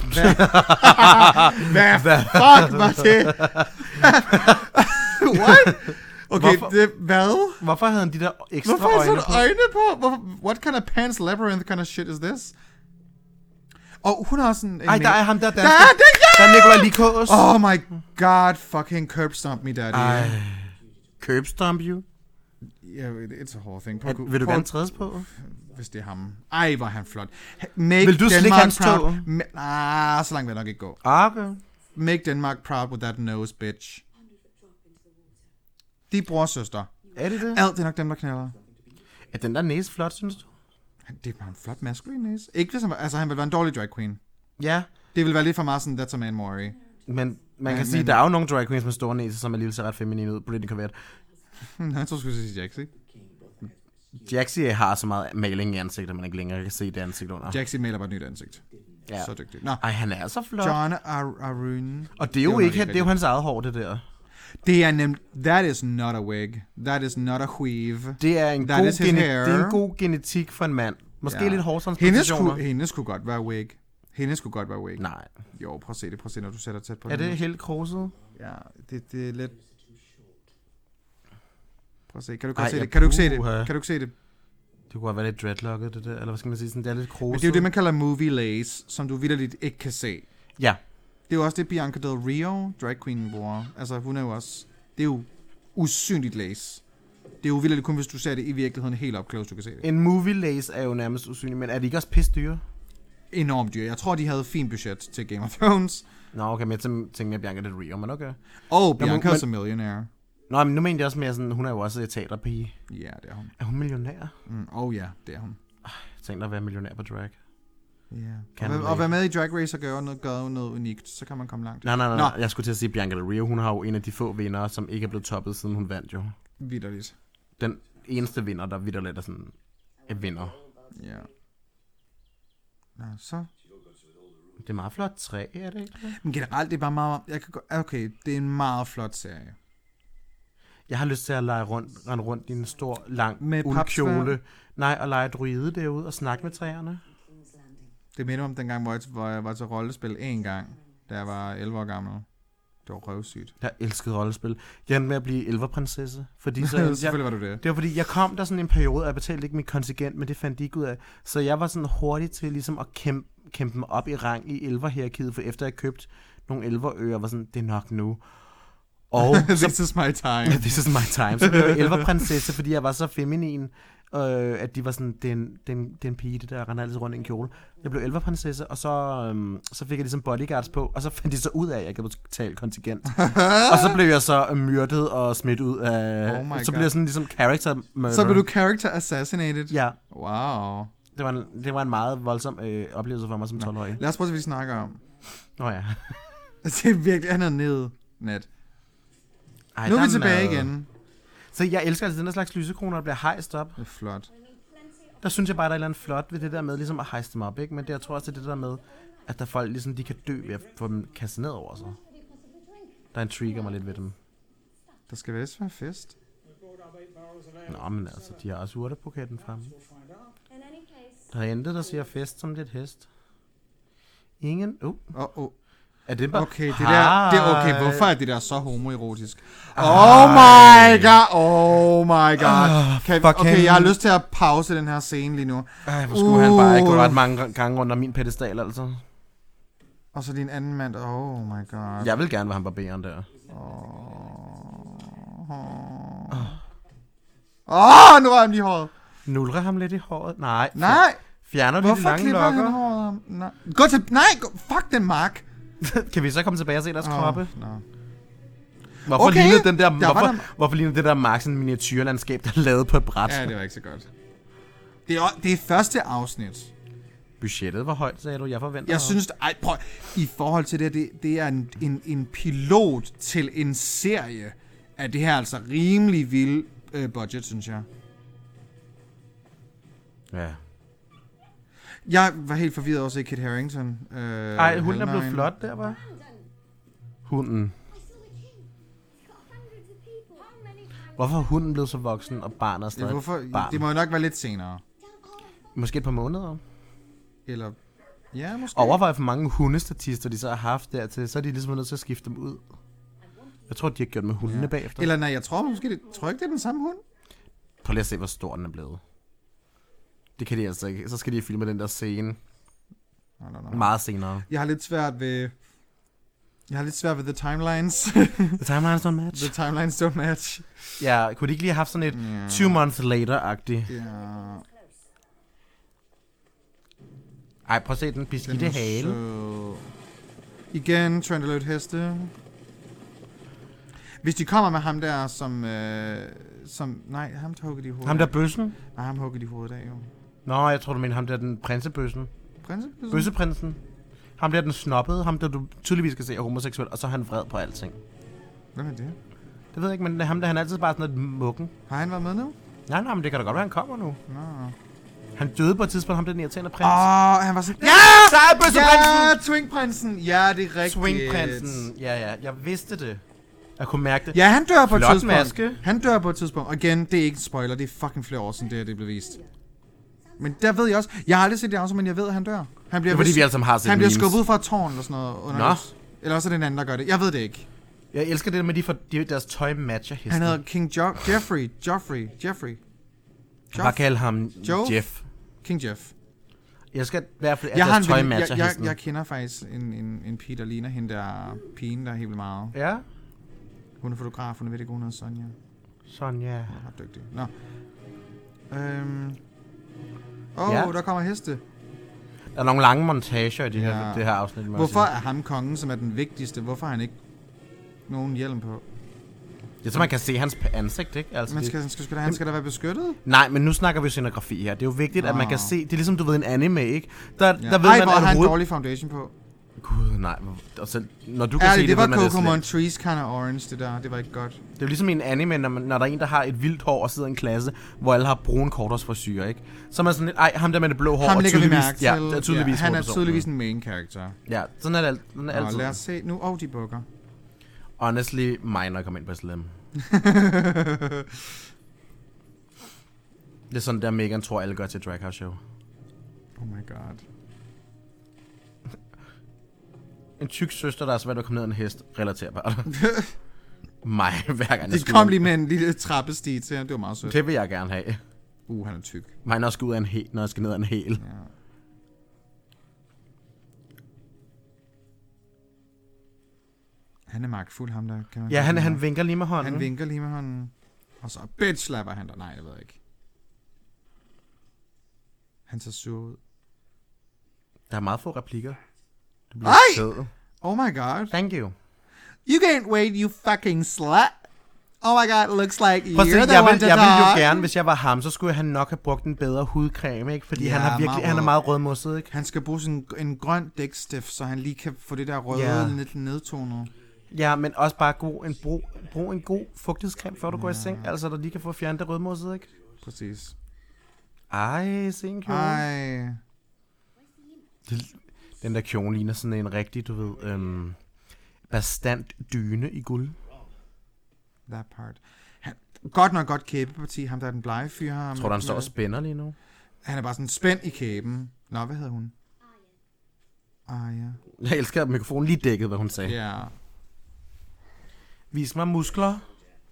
Hvad fuck var det? What? Okay, hvad? Hvorfor havde han de der ekstra øjne på? Hvorfor har han øjne på? What kind of Pan's Labyrinth kind of shit is this? Og hun har sådan... Ej, der er ham der dansker. Der er Nikolaj Likås. Oh my god, fucking curb stomp me, daddy. Curb stomp you? Yeah, it's a whole thing. Vil du gerne trædes på? Hvis det er ham. Ej, hvor er han flot. Vil du slikke hans tog? Så langt vil jeg nok ikke gå. Okay. Make Denmark proud with that nose, bitch. De er bror og søster. Er det det? Alt det er nok dem, der knælder. Er den der næse flot, synes du? Det er bare en flot maskulin næse. Ikke hvis han vil være en dårlig drag queen. Ja. Det vil være lidt for meget sådan, that's a man, Maury. Men man kan sige, der er jo nogle drag queens med store næse, som alligevel ser ret feminin ud. Brittany Covert. Jeg tror, du skulle sige Jaxi. Jaxi har så meget maling i ansigtet, at man ikke længere kan se det ansigt under. Jaxi maler bare et nyt ansigt. Ja. Så dygtig. Nå. Ej, han er så flot. John Arun. Og det er jo ikke, det er jo hans eget hår, det der. Det er nemt. That is not a wig. That is not a weave. Det er en god genetik for en mand. Måske lidt hårtransplantationer. Hendes kunne godt være wig. Nej. Jo, prøv at se, når du sætter tæt på det. Er det helt kruset? Ja, det er lidt... Prøv at se, kan du godt se det? Kan du ikke se det? Det kunne godt være lidt dreadlocket, det der. Eller hvad skal man sige? Sådan, det er lidt kruset. Men det er jo det, man kalder movie lace, som du vitterligt ikke kan se. Ja. Det er jo også det, Bianca Del Rio, drag queen, bruger. Altså, hun er jo også... Det er jo usynligt lace. Det er uvildt kun, hvis du ser det i virkeligheden helt up close, du kan se det. En movie lace er jo nærmest usynlig, men er de ikke også pisse dyre? Enormt dyre. Jeg tror, de havde fin budget til Game of Thrones. Nå, okay, men jeg tænkte mere Bianca Del Rio, men okay. Bianca is a millionaire. Nå, men nu mener jeg også mere sådan, hun er jo også teaterpige. Ja, det er hun. Er hun millionær? Ja, det er hun. Jeg tænkte at være millionær på drag. Ja. Og være med i Drag Race og gøre noget unikt, så kan man komme langt. Nej. Jeg skulle til at sige Bianca Del Rio. Hun har jo en af de få vinder, som ikke er blevet toppet, siden hun vandt jo. Vitterligt. Den eneste vinder, der vitterligt er sådan en vinder. Ja. Så. Det er meget flot træ, er det ikke? Men generelt, det er bare meget... Okay, det er en meget flot serie. Jeg har lyst til at rende rundt i en stor, lang med uldkjole. Nej, og lege druide derude og snakke med træerne. Det minder om dengang, hvor jeg var til rollespil en gang, da jeg var 11 år gammel. Det var røvsygt. Jeg elskede rollespil. Jeg endte med at blive elverprinsesse. Fordi Selvfølgelig var du det. Det var fordi, jeg kom der sådan en periode, og jeg betalte ikke mit kontingent, men det fandt de ikke ud af. Så jeg var sådan hurtig til ligesom at kæmpe mig op i rang i elverhierarkiet, for efter jeg købte nogle elverører, var sådan, det er nok nu. Og This is my time. This is my time. Så blev jeg elverprinsesse, fordi jeg var så feminin, at de var sådan, det er en pige, det der render altid rundt i en kjole. Jeg blev elverprinsesse, og så fik jeg ligesom bodyguards på, og så fandt de så ud af, at jeg kan betale kontingent. Og så blev jeg så myrdet og smidt ud af... så blev jeg sådan ligesom character murder. Så blev du character assassinated? Ja. Wow. Det var en meget voldsom oplevelse for mig som 12-årig. Lad os prøve, hvad vi snakker om. Ja. Det er virkelig, han er nede net. Nu er vi tilbage igen. Så jeg elsker altså den der slags lysekroner, der bliver hejst op. Det er flot. Der synes jeg bare, der er et eller andet flot ved det der med ligesom at hejse dem op, ikke? Men det, jeg tror også, det er det der med, at der folk ligesom, de kan dø ved at få dem kastet ned over sig. Der intriger mig lidt ved dem. Der skal vist være fest. Nå, men altså, de har også urtebuketten fremme. Der er intet, der siger fest som lidt hest. Ingen... Er det bare... Okay, det er okay. Hvorfor er det der så homoerotisk? Oh my god. Okay, jeg har lyst til at pause den her scene lige nu. Hvor skulle han bare ikke gå ret mange gange under min pedestal, altså. Og så din anden mand. Oh my god. Jeg vil gerne være ham barberen der. Nu er han lige håret. Nulrer ham lidt i håret? Nej. Fjerner du de lange lokker? Hvorfor klipper han håret? Fuck den mark. Kan vi så komme tilbage og se deres kroppe? No. Hvorfor lignede det der Mark sådan miniatyrlandskab, der er lavet på et bræt? Ja, det var ikke så godt. Det er første afsnit. Budgettet var højt, sagde du. Jeg forventer. Jeg synes, i forhold til det er en pilot til en serie, at det her altså rimelig vild budget, synes jeg. Ja. Jeg var helt forvirret også i Kit Harington. Hunden er blevet flot der, var. Hunden. Hvorfor er hunden blevet så voksen, og barnet er stadig barn? Det må jo nok være lidt senere. Måske et par måneder. Eller... Ja, måske. Overvej for mange hundestatister, de så har haft dertil, så er de ligesom nødt til at skifte dem ud. Jeg tror, de har gjort med hundene bagefter. Eller nej, jeg tror ikke, det er den samme hund. Prøv lige at se, hvor stor den er blevet. Det kan de altså ikke. Så skal de filme den der scene. Meget senere. Jeg har lidt svært ved the timelines. The timelines don't match. The timelines don't match. Ja, kunne de ikke lige have haft sådan et 2 months later-agtigt? Ja. Ej, prøv at se den beskidte hale. Igen, Trent heste. Hvis de kommer med ham der, som nej, ham hugger de i hovedet. Ham der bøssen? Nej, ham hugger de i hovedet af, jo. Nå, jeg tror du mener ham der den prinsebøssen. Prinsebøssen? Bøsseprinsen. Ham der den snobbede, ham der du tydeligvis skal se er homoseksuel, og så er han vred på alting. Hvem er det? Det ved jeg ikke, men ham der, han er altid bare sådan et mukken. Har han været med nu? Nej, men det kan da godt være, han kommer nu. Nå. Han døde på et tidspunkt, ham der den irriterende prins. Han var sådan... Ja! Så er bøsseprinsen! Ja, Twink-prinsen! Ja, det er rigtigt. Swing-prinsen. Ja, jeg vidste det. Jeg kunne mærke det. Ja, han dør på et tidspunkt. Maske. Han dør på et tidspunkt. Og igen, det er ikke en spoiler, det er fucking flere år siden, det blev vist. Men der ved jeg også... Jeg har aldrig set det afsnit, men jeg ved, at han dør. Han bliver, fordi vi alle sammen har set han bliver skubbet ud fra et tårn eller sådan noget. Eller også er det en anden, der gør det. Jeg ved det ikke. Jeg elsker det med deres tøj matcher hesten. Han hedder King Joffrey. Bare kald ham Jeff. King Jeff. Jeg skal i hvert fald, at deres tøj matcher hesten. Jeg kender faktisk en pige, der ligner hende der pigen, der er helt vildt meget. Ja? Hun er fotograf, hun er ved det gode noget, Sonja. Sonja. Hun er ret dygtig. Nå. Ja. Der kommer heste. Der er nogle lange montager i det Ja. her afsnit. Hvorfor er ham kongen, som er den vigtigste, hvorfor har han ikke nogen hjelm på? Det er så man kan se hans ansigt, ikke? Altså, Men han skal da være beskyttet? Nej, men nu snakker vi scenografi her. Det er jo vigtigt, at man kan se... Det er ligesom, du ved, en anime, ikke? Der ved Ej, man, hvor at har han dårlig foundation på. Gud, nej. Altså, når du kan se det var ved man Coco Montrese kind of orange, det der. Det var ikke godt. Det er jo ligesom i en anime, når der er en, der har et vildt hår og sidder i en klasse, hvor alle har brune kortersfrisyrer, ikke? Så er man sådan lidt, ham der med det blå hår... Ham lægger vi mærke til. Ja, det er tydeligvis han er tydeligvis en main character. Ja, sådan er det altid. Lad os se nu. De bukker. Honestly, mig, når jeg kommer ind på Slim. Det er sådan, der Megan tror, alle gør til Drag House Show. Oh my god. En tyk søster, der er svært at komme ned af en hest, relaterbart. Mig, hver gang Det kom lige med en lille trappestige til ham. Det var meget sødt. Det vil jeg gerne have. Han er tyk. Mig, når jeg skal ud af en hæl, når jeg skal ned af en hæl. Ja. Han er magtfuld, ham der. Kan man han vinker lige med hånden. Han vinker lige med hånden. Og så bitch slapper han der. Nej, jeg ved ikke. Han ser sur ud. Der er meget få replikker. Du bliver sød. Oh my god. Thank you. You can't wait, you fucking slut. Oh my god, it looks like you're the jeg one vil to jo talk. gerne, hvis jeg var ham, så skulle han nok have brugt en bedre hudcreme, ikke? Fordi han er meget rødmosset, ikke? Han skal bruge sådan en grøn dækstift, så han lige kan få det der røde lidt nedtonet. Ja, men også bare brug en god fugtighedscreme, før du går i seng. Altså, der lige kan få fjernet det rødmosset, ikke? Præcis. Ej, se en kjole. Ej. Den der kjole ligner sådan en rigtig, du ved, bastant dyne i guld. That part. Godt nok godt kæbeparti, ham der er den blege fyr her. Tror du, han står og spænder lige nu? Han er bare sådan spændt i kæben. Nå, hvad hedder hun? Arya. Jeg elsker, at mikrofonen lige dækkede, hvad hun sagde. Ja. Vis mig muskler.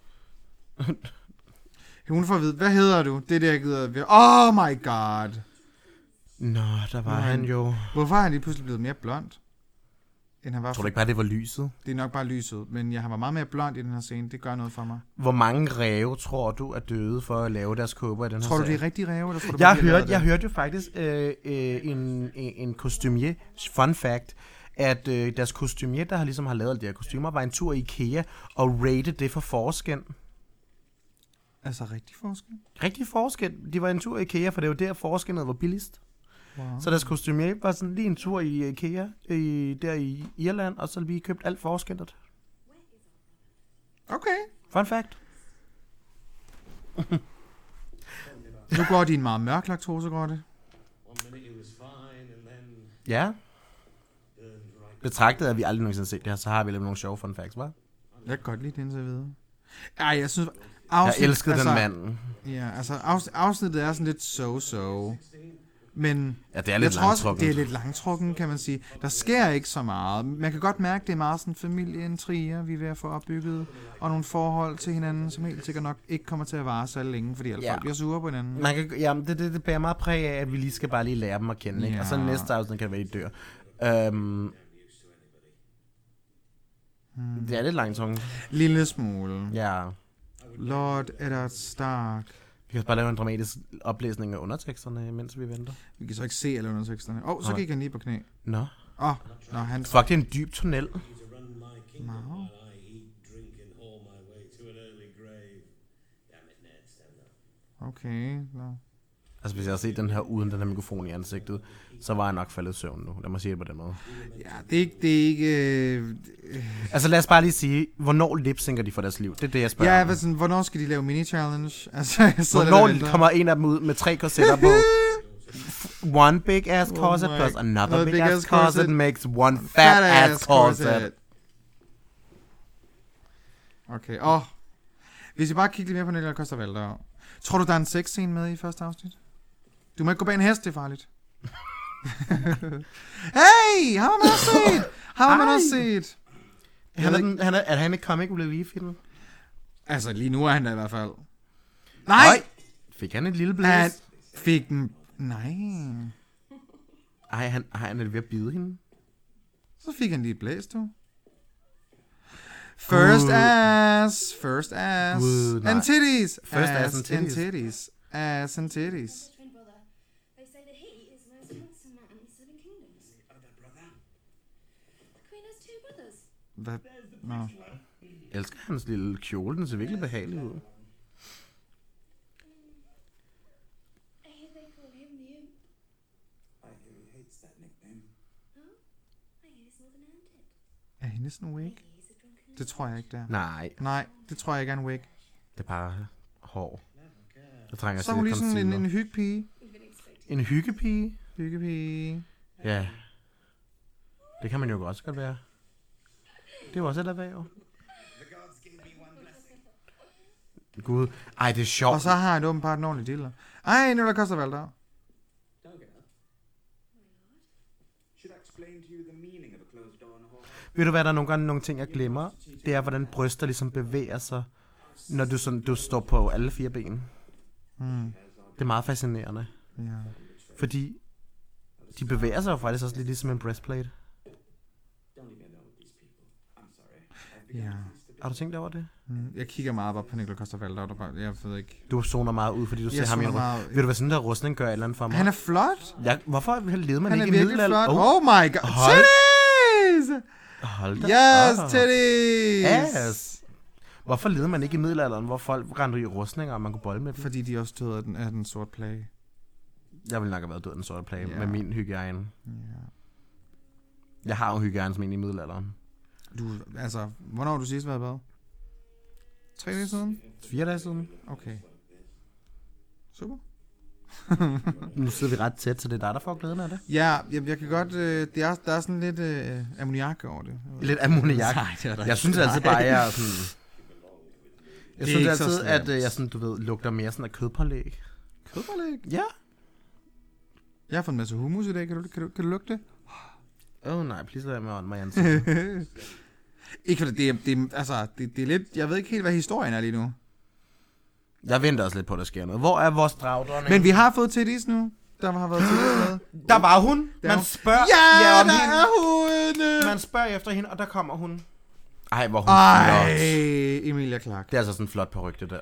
Hun får at vide, hvad hedder du? Det er det, jeg gider. Oh my god. Nå, der var han jo. Hvorfor er han lige pludselig blevet mere blond? End han var. Tror du ikke bare, det var lyset? Det er nok bare lyset, men han var meget mere blond i den her scene. Det gør noget for mig. Hvor mange ræve tror du er døde for at lave deres kåber i den her Tror du, serie? det er rigtig ræve? Eller tror du, jeg hørte jo faktisk en kostumier, fun fact, at deres kostumier, der ligesom har lavet alle de her kostymer, var en tur i IKEA og rated det for forskel. Altså rigtig forskel? Rigtig forskel. De var en tur i IKEA, for det var der forskellen var billigst. Wow. Så deres kostumier var sådan lige en tur i IKEA der i Irland, og så vi købt alt forskellet. Okay. Fun fact. Nu går de en meget mørk laktosegrotte. Ja. Betragtet, at vi aldrig nogensinde set det her, så har vi lidt nogle sjove fun facts, hva'? Jeg kan godt lide det indtil videre. Ej, jeg synes... Jeg elskede den mand. Ja, altså afsnittet er sådan lidt so-so. Men ja, det er lidt langtrukken. Det er lidt langtrukken, kan man sige. Der sker ikke så meget. Man kan godt mærke, det er meget sådan familieintriger, vi er ved at få opbygget. Og nogle forhold til hinanden, som helt sikkert nok ikke kommer til at vare så længe, fordi alle folk bliver sure på hinanden. Man kan, jamen, det bærer meget præg af, at vi lige skal bare lige lære dem at kende. Ikke? Og så næste afsnit kan det være, de dør. Det er lidt langtrukken. Lille smule. Ja. Lord Eddard Stark. Vi kan bare lave en dramatisk oplæsning af underteksterne, mens vi venter. Vi kan så ikke se alle underteksterne. Så gik han lige på knæ. Nå. Han... Fuck, det er en dyb tunnel. No. Okay. No. Altså, hvis jeg havde set den her uden den her mikrofon i ansigtet, så var jeg nok faldet i søvn nu. Lad mig sige det på den måde. Ja, det er ikke... Altså, lad os bare lige sige, hvornår lipsynker de for deres liv? Det er det, jeg spørger om. Sådan, hvornår skal de lave mini-challenge? Altså, hvornår kommer en af dem ud med 3 korsetter på? One big ass corset plus another big ass corset makes one fat ass corset. Okay, hvis I bare kigger lidt mere på Nelia Costa Valder. Tror du, der er en sexscene med i første afsnit? Du må ikke gå bag en hest, det er farligt. Hey, har man også set? Har man også set? Er han en comic relief i den? Altså, lige nu er han der i hvert fald. Nej! Fik han et lille blæs? Han fik den... Nej. Ej, han er ved at bide hende. Så fik han lige et blæs, du. First ass. First ass. Gud, nej. And titties. First ass and titties. titties. Ass and titties. Twin brother. They say that he is the most handsome man in the Seven Kingdoms. Other brother. The Queen has two brothers. Hvad? Nå. Jeg elsker hans lille kjole, den ser virkelig behagelig ud. I hear they call him the Imp. I hear he hates that nickname. Oh? I hear he's more than handed. Er hendes en wig? Maybe he's a drunken Det tror jeg ikke, det er. Nej, Nej, det tror jeg ikke er en wig. det er bare hår. Jeg trænger Så er hun til lige sådan en concealer. hyggepige. You've been expecting. En hyggepige? Hyggepige. Ja. Det kan man jo også godt være. Det er jo også et erhverv. The gods gave me one blessing. Gud. Ej, det er sjovt. Og så har han åbenbart en ordentlig dealer. Ej, nu er der koster Valder. Don't get up. Should I explain to you the meaning of a closed door in a hall? Ved du hvad, der er nogle gange nogle ting, jeg glemmer? Det er, hvordan bryster ligesom bevæger sig, når du står på alle 4 ben. Det er meget fascinerende. Ja. Fordi de bevæger sig jo faktisk også lidt ligesom en breastplate. Don't leave me alone with these people. I'm sorry. Ja. Har du tænkt over det? Jeg kigger meget bare på Nikolaj Coster-Waldau, der bare, jeg ved ikke. Du zoner meget ud, fordi du ser Jeg ham i en zoner meget- Ved du hvad sådan der rustning gør et eller andet for mig? Han er flot. Hvorfor levede man Han er ikke i virkelig middelalderen? flot. Oh my god. Hold- Titties! Hold da Yes, op. titties! Ass. Hvorfor levede man ikke i middelalderen, hvor folk rendte i rustninger, og man kunne bolde med dem? Fordi de også døde af den sorte plage. Jeg ville nok have været død af den sorte plage Ja. med min hygiejne. Ja. Jeg har jo hygiejne som en i middelalderen. Altså, hvornår har du sidst været i bad? 3 dage siden? 4 dage siden. Okay. Super. Nu sidder vi ret tæt, så det er dig, der får glæden af det. Ja, jeg kan godt... der er sådan lidt ammoniak over det. Lidt ammoniak. Nej, det er der Jeg ikke. synes altid bare, jeg er sådan... Jeg Det er synes ikke så altid, at slemt. jeg sådan, du ved, lugter mere sådan af kødpålæg. Kødpålæg? Ja. Jeg har fået en masse hummus i dag. Kan du lugte det? Nej, please lad mig ånde mig i ansigtet. Ikke fordi det er lidt... Jeg ved ikke helt, hvad historien er lige nu. Jeg venter også lidt på, at der sker noget. Hvor er vores dragdronning? Men vi har fået titties nu. Der har været titties med. Der var hun. Der Man hun. spørger Ja, om der hende. er hun! Man spørger efter hende, og der kommer hun. Ej, hvor hun Ej, flot. Emilia Clarke. Det er altså sådan en flot paryk, det der.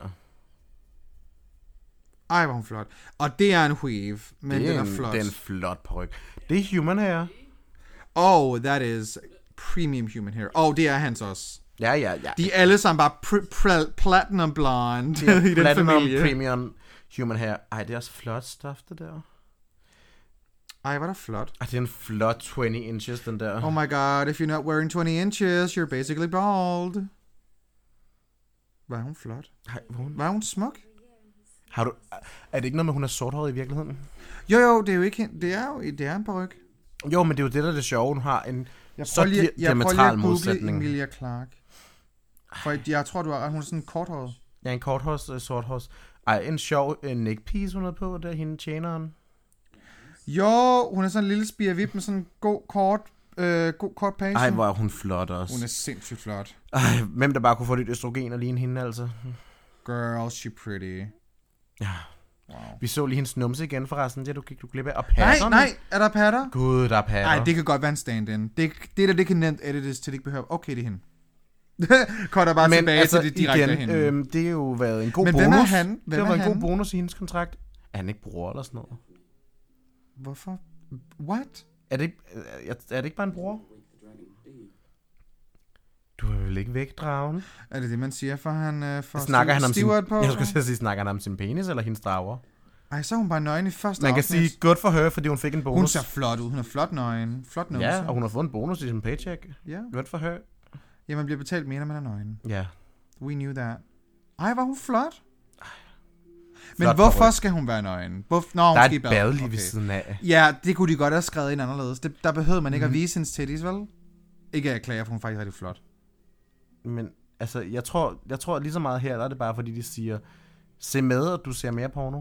Ej, hvor hun flot. Og det er en weave, men den er flot. Det er en flot paryk. Det er human hair. Oh, that is premium human hair. Oh, det er hans også. Ja. De er alle sammen bare platinum blonde Det er i den Platinum familie. premium human hair. Ej, det er også flot stof, det der. Ej, hvor er der flot. Ej, det er en flot 20 inches, den der. Oh my god, if you're not wearing 20 inches, you're basically bald. Var hun flot? Ej, hvor hun... Var hun smuk? Har du... Er det ikke noget med, hun er sorthåret i virkeligheden? Jo, det er jo ikke hende. Det er en paryk. Jo, men det er jo det, der er det sjove. Hun har en Jeg så prøver lige diametral at google modsætning. Emilia Clarke. For jeg tror, hun er sådan korthåret. Ja, en korthårs, sorthårs. Ej, en sjov neckpiece, hun havde på, der hende tjeneren. Jo, hun er sådan en lille spirvip med sådan en god kort page. Ej, hvor er hun flot også. Hun er sindssygt flot. Ej, hvem der bare kunne få lidt østrogen og ligne hende, altså. Girl, she pretty. Ja. Wow. Vi så lige hendes numse igen forresten, det du gik glip af. Og patterne. Nej, er der patter? Gud, der er patter. Nej, det kan godt være en stand-in. Det kan nemt edites, til det ikke behøver. Okay, det er hende. Cutter bare men tilbage altså, til det direkte igen, af hende. det har jo været en god Men bonus. hvem er han? Det har været en god bonus i hendes kontrakt. Er han ikke bror eller sådan noget? Hvorfor? What? Er det ikke bare en bror? Du er vel ikke væk, dragen? Er det det, man siger, for han får Snakker han om sin... Stewart på? Jeg skulle til at sige, snakker han om sin penis eller hendes drager? Ej, så er hun bare nøgen i første Man kan afsnit. sige godt for høre, fordi hun fik en bonus. Hun ser flot ud. Hun er flot nøgen. Flot numse. Ja, og hun har fået en bonus i sin paycheck. Ja. Godt for høre. Ja, man bliver betalt mere, når man er nøgen. Ja. We knew that. Ej, var hun flot? Men Flot hvorfor paryk. skal hun være nøgen? Nå, Der er måske et bad lige ved siden af. Ja, det kunne de godt have skrevet ind anderledes. Der behøvede man ikke at vise hendes titties, vel? Ikke at jeg klager, for hun er faktisk rigtig flot. Men altså, jeg tror lige så meget her, der er det bare fordi, de siger, se med, og du ser mere porno.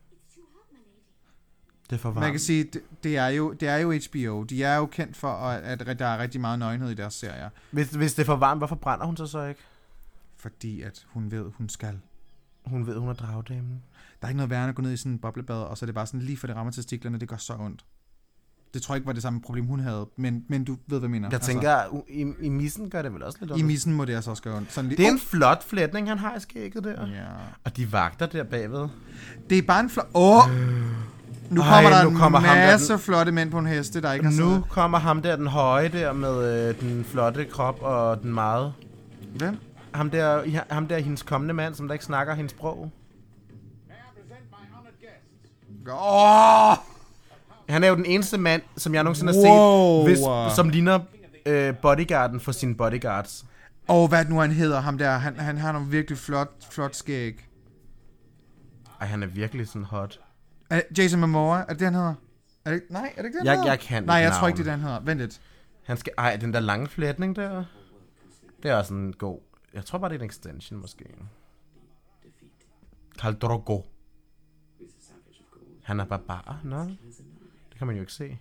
Det er for varmt. Man kan sige, det er jo HBO. De er jo kendt for, at der er rigtig meget nøgenhed i deres serier. Hvis det er for varmt, hvorfor brænder hun så ikke? Fordi at hun ved, hun skal. Hun ved, hun er dragdamen. Der er ikke noget værre end at gå ned i sådan en boblebad, og så er det bare sådan lige for det rammer testiklerne, det gør så ondt. det tror jeg ikke var det samme problem, hun havde, men du ved, hvad jeg mener. Jeg tænker, i missen gør det vel også lidt ondt. I missen må det altså også gøre ondt. Sådan det er en flot flætning, han har i skægget der. Ja. Og de vagter der bagved. Det er bare en flot... Nu kommer der en masse flotte mænd på en heste, der ikke har siddet. Nu kommer ham der, den høje der, med den flotte krop og den meget... Hvem? Ham der hendes kommende mand, som der ikke snakker hendes sprog. Han er jo den eneste mand, som jeg nogensinde har set, som ligner bodyguarden for sine bodyguards. Hvad nu han hedder, ham der. Han har nogle virkelig flot skæg. Ej, han er virkelig sådan hot. Jason Momoa, er det han hedder? Nej, er det ikke det, han hedder? Jeg kan Nej, jeg tror ikke, det er det, han hedder. Vent lidt. Den der lange flætning der. Det er også en god... Jeg tror bare, det er en extension, måske. Khal Drogo. Han er barbar, nå? Det kan man jo ikke se.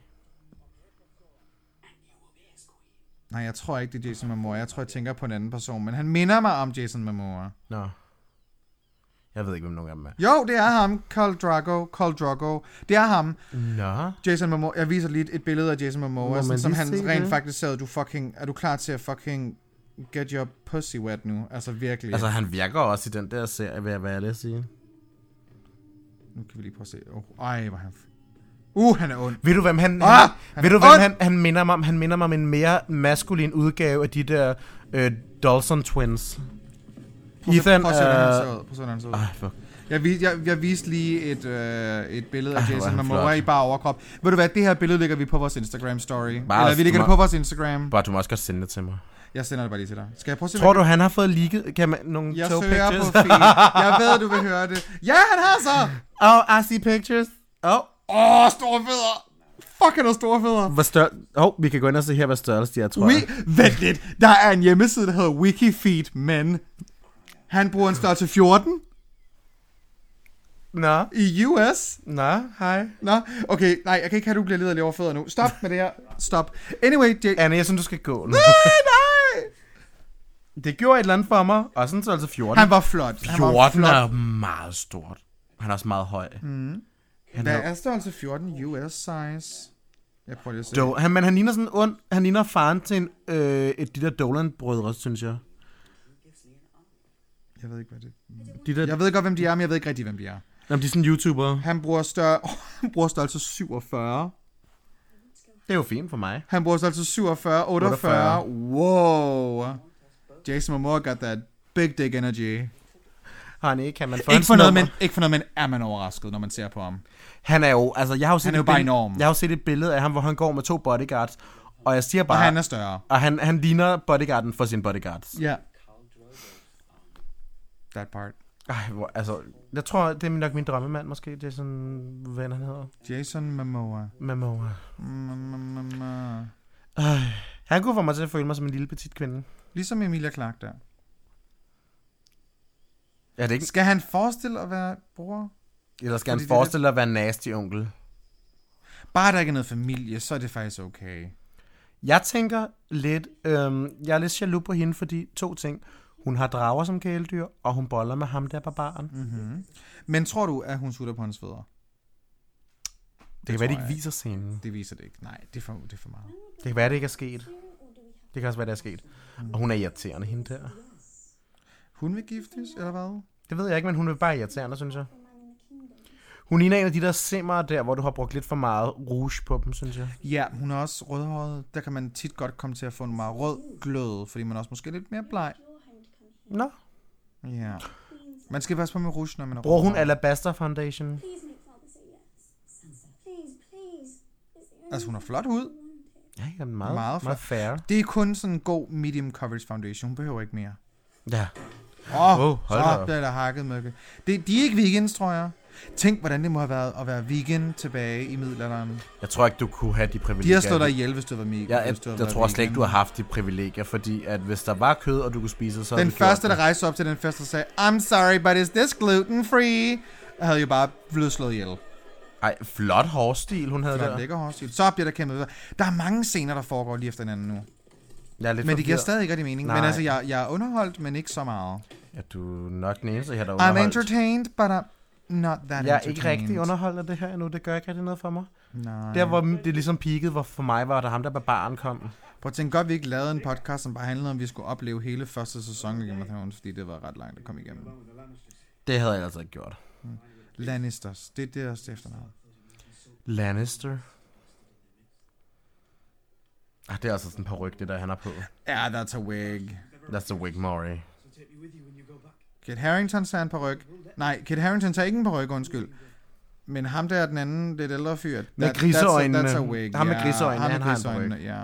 Nej, jeg tror ikke, det er Jason Momoa. Jeg tror, jeg tænker på en anden person. Men han minder mig om Jason Momoa. Nå. Jeg ved ikke, hvem nogen af dem er. Jo, det er ham. Khal Drogo. Det er ham. Nå. Jason Momoa. Jeg viser lige et billede af Jason Momoa, som han rent faktisk sagde, er du klar til at fucking get your pussy wet nu? Altså virkelig. Altså, han virker også i den der serie, vil jeg være ærlig at sige. Nu kan vi lige prøve at se. Ej, hvor han... han er ond. Ved du, hvem han minder mig om? Han minder mig om en mere maskulin udgave af de der Dawson Twins. Ethan... Prøv at se, hvordan han ser ud. Ej, fuck. Jeg viste lige et billede af Jason Momoa i bare overkrop. Ved du hvad, det her billede lægger vi på vores Instagram story. Eller vi lægger det på vores Instagram. Bare, du må også godt sende det til mig. Jeg sender det bare lige til dig. Skal jeg prøve at se? Tror du, han har fået leaget? Kan man nogle jeg toe søger pictures? på feed. Jeg ved, du vil høre det. Ja, han har så! I see pictures. Store fødder! Fuck, han har store fødder. Vi kan gå ind og se her, hvad størrelse de er, tror jeg. Vent lidt. Der er en hjemmeside, der hedder Wikifeet, men han bruger en størrelse 14. Nå. I US. Nå, hej. Nå, okay. Nej, jeg kan ikke have, du bliver lederlig over fødder nu. Stop med det her. Stop. Anyway, Anne, jeg synes, du skal gå nu. Nej! Det gjorde et eller andet for mig. Og sådan så altså 14. Han var flot. 14 er meget stort. Han er også meget høj. Hvad er størrelse 14 US size? Jeg prøver lige at se. Men han ligner sådan ond. Han ligner faren til de der Dolan-brødre, synes jeg. Jeg ved ikke, hvad det er. Jeg ved godt, hvem de er, men jeg ved ikke rigtig, hvem de er. Jamen, de er sådan YouTubere. Han bruger størrelse 47. Det er jo fint for mig. Han bruger størrelse 47, 48. Wow. Jason Momoa got that big dick energy. Honey, kan man få ikke for noget, men er man overrasket, når man ser på ham. Han er jo, altså jeg har jo set han er jo bare enorm. Jeg har jo set et billede af ham, hvor han går med 2 bodyguards, og jeg siger bare... Og han er større. Og han ligner bodyguarden for sine bodyguards. Ja. Yeah. That part. Altså, jeg tror, det er nok min drømmemand, måske. Jason, hvad han hedder? Jason Momoa. Han kunne få mig til at føle mig som en lille petit kvinde. Ligesom Emilia Clarke der. Er det ikke? Skal han forestille at være bror? Eller skal han forestille at være nasty onkel? Bare der ikke er noget familie, så er det faktisk okay. Jeg tænker lidt... jeg er lidt jaloux på hende, fordi 2 ting. Hun har drager som kæledyr, og hun boller med ham der barbaren. Mm-hmm. Men tror du, at hun sutter på hans fødder? Det kan være, det ikke viser scenen. Det viser det ikke. Nej, det er for meget. Det kan være, det ikke er sket. Det kan også være, det er sket. Og hun er irriterende, hende der. Hun vil giftes, eller hvad? Det ved jeg ikke, men hun vil bare irriterende, synes jeg. Hun ligner en af de der simmer der, hvor du har brugt lidt for meget rouge på dem, synes jeg. Ja, hun er også rødhåret. Der kan man tit godt komme til at få en meget rød glød, fordi man også måske er lidt mere bleg. Nå. Ja. Man skal passe på med rouge, når man er bruger hun Alabaster Foundation? Altså, hun er flot ud. Ja, meget fair. Det er kun sådan en god medium coverage foundation. Hun behøver ikke mere. Ja. Så bliver der hakket møkke. De er ikke vegans, tror jeg. Tænk, hvordan det må have været at være vegan tilbage i middelalderen. Jeg tror ikke, du kunne have de privilegier. De har slået dig ihjel, hvis du var vegan. Jeg tror slet ikke, du har haft de privilegier, fordi at hvis der var kød, og du kunne spise, så... Den første, der rejste op til den fest og sagde, I'm sorry, but is this gluten free? Jeg havde jo bare blevet slået ihjel. Ej, flot hårstil, hun havde der. Flot lækker hårstil. Så bliver der kæmpet. Der er mange scener, der foregår lige efter hinanden nu. Men det giver stadig ikke rigtig mening. Nej. Men altså, jeg er underholdt, men ikke så meget. Ja, du er nok den eneste her, der er underholdt. I'm entertained, but not that Jeg er ikke entertained. rigtig underholdt af det her endnu. Det gør ikke rigtig noget for mig. Nej. Der, hvor det ligesom peakede, hvor for mig var der ham, der barbaren kom. Prøv at tænke godt, vi ikke lavede en podcast, som bare handlede om, at vi skulle opleve hele første sæson af Game of Thrones, fordi det var ret langt at komme igennem. Det havde jeg altså ikke gjort. Lannisters, det er deres efternavn. Lannister. Det er altså sådan et par ryg, det der han er på. Ja, that's a wig. That's the wig, Maury. Kit Harington tager en paryk. Nej, Kit Harington tager ikke en paryk, undskyld. Men ham der er den anden, det er et ældre fyr. Med griseøjnene. That's a wig. Ham med griseøjnene, han har en paryk. Ja.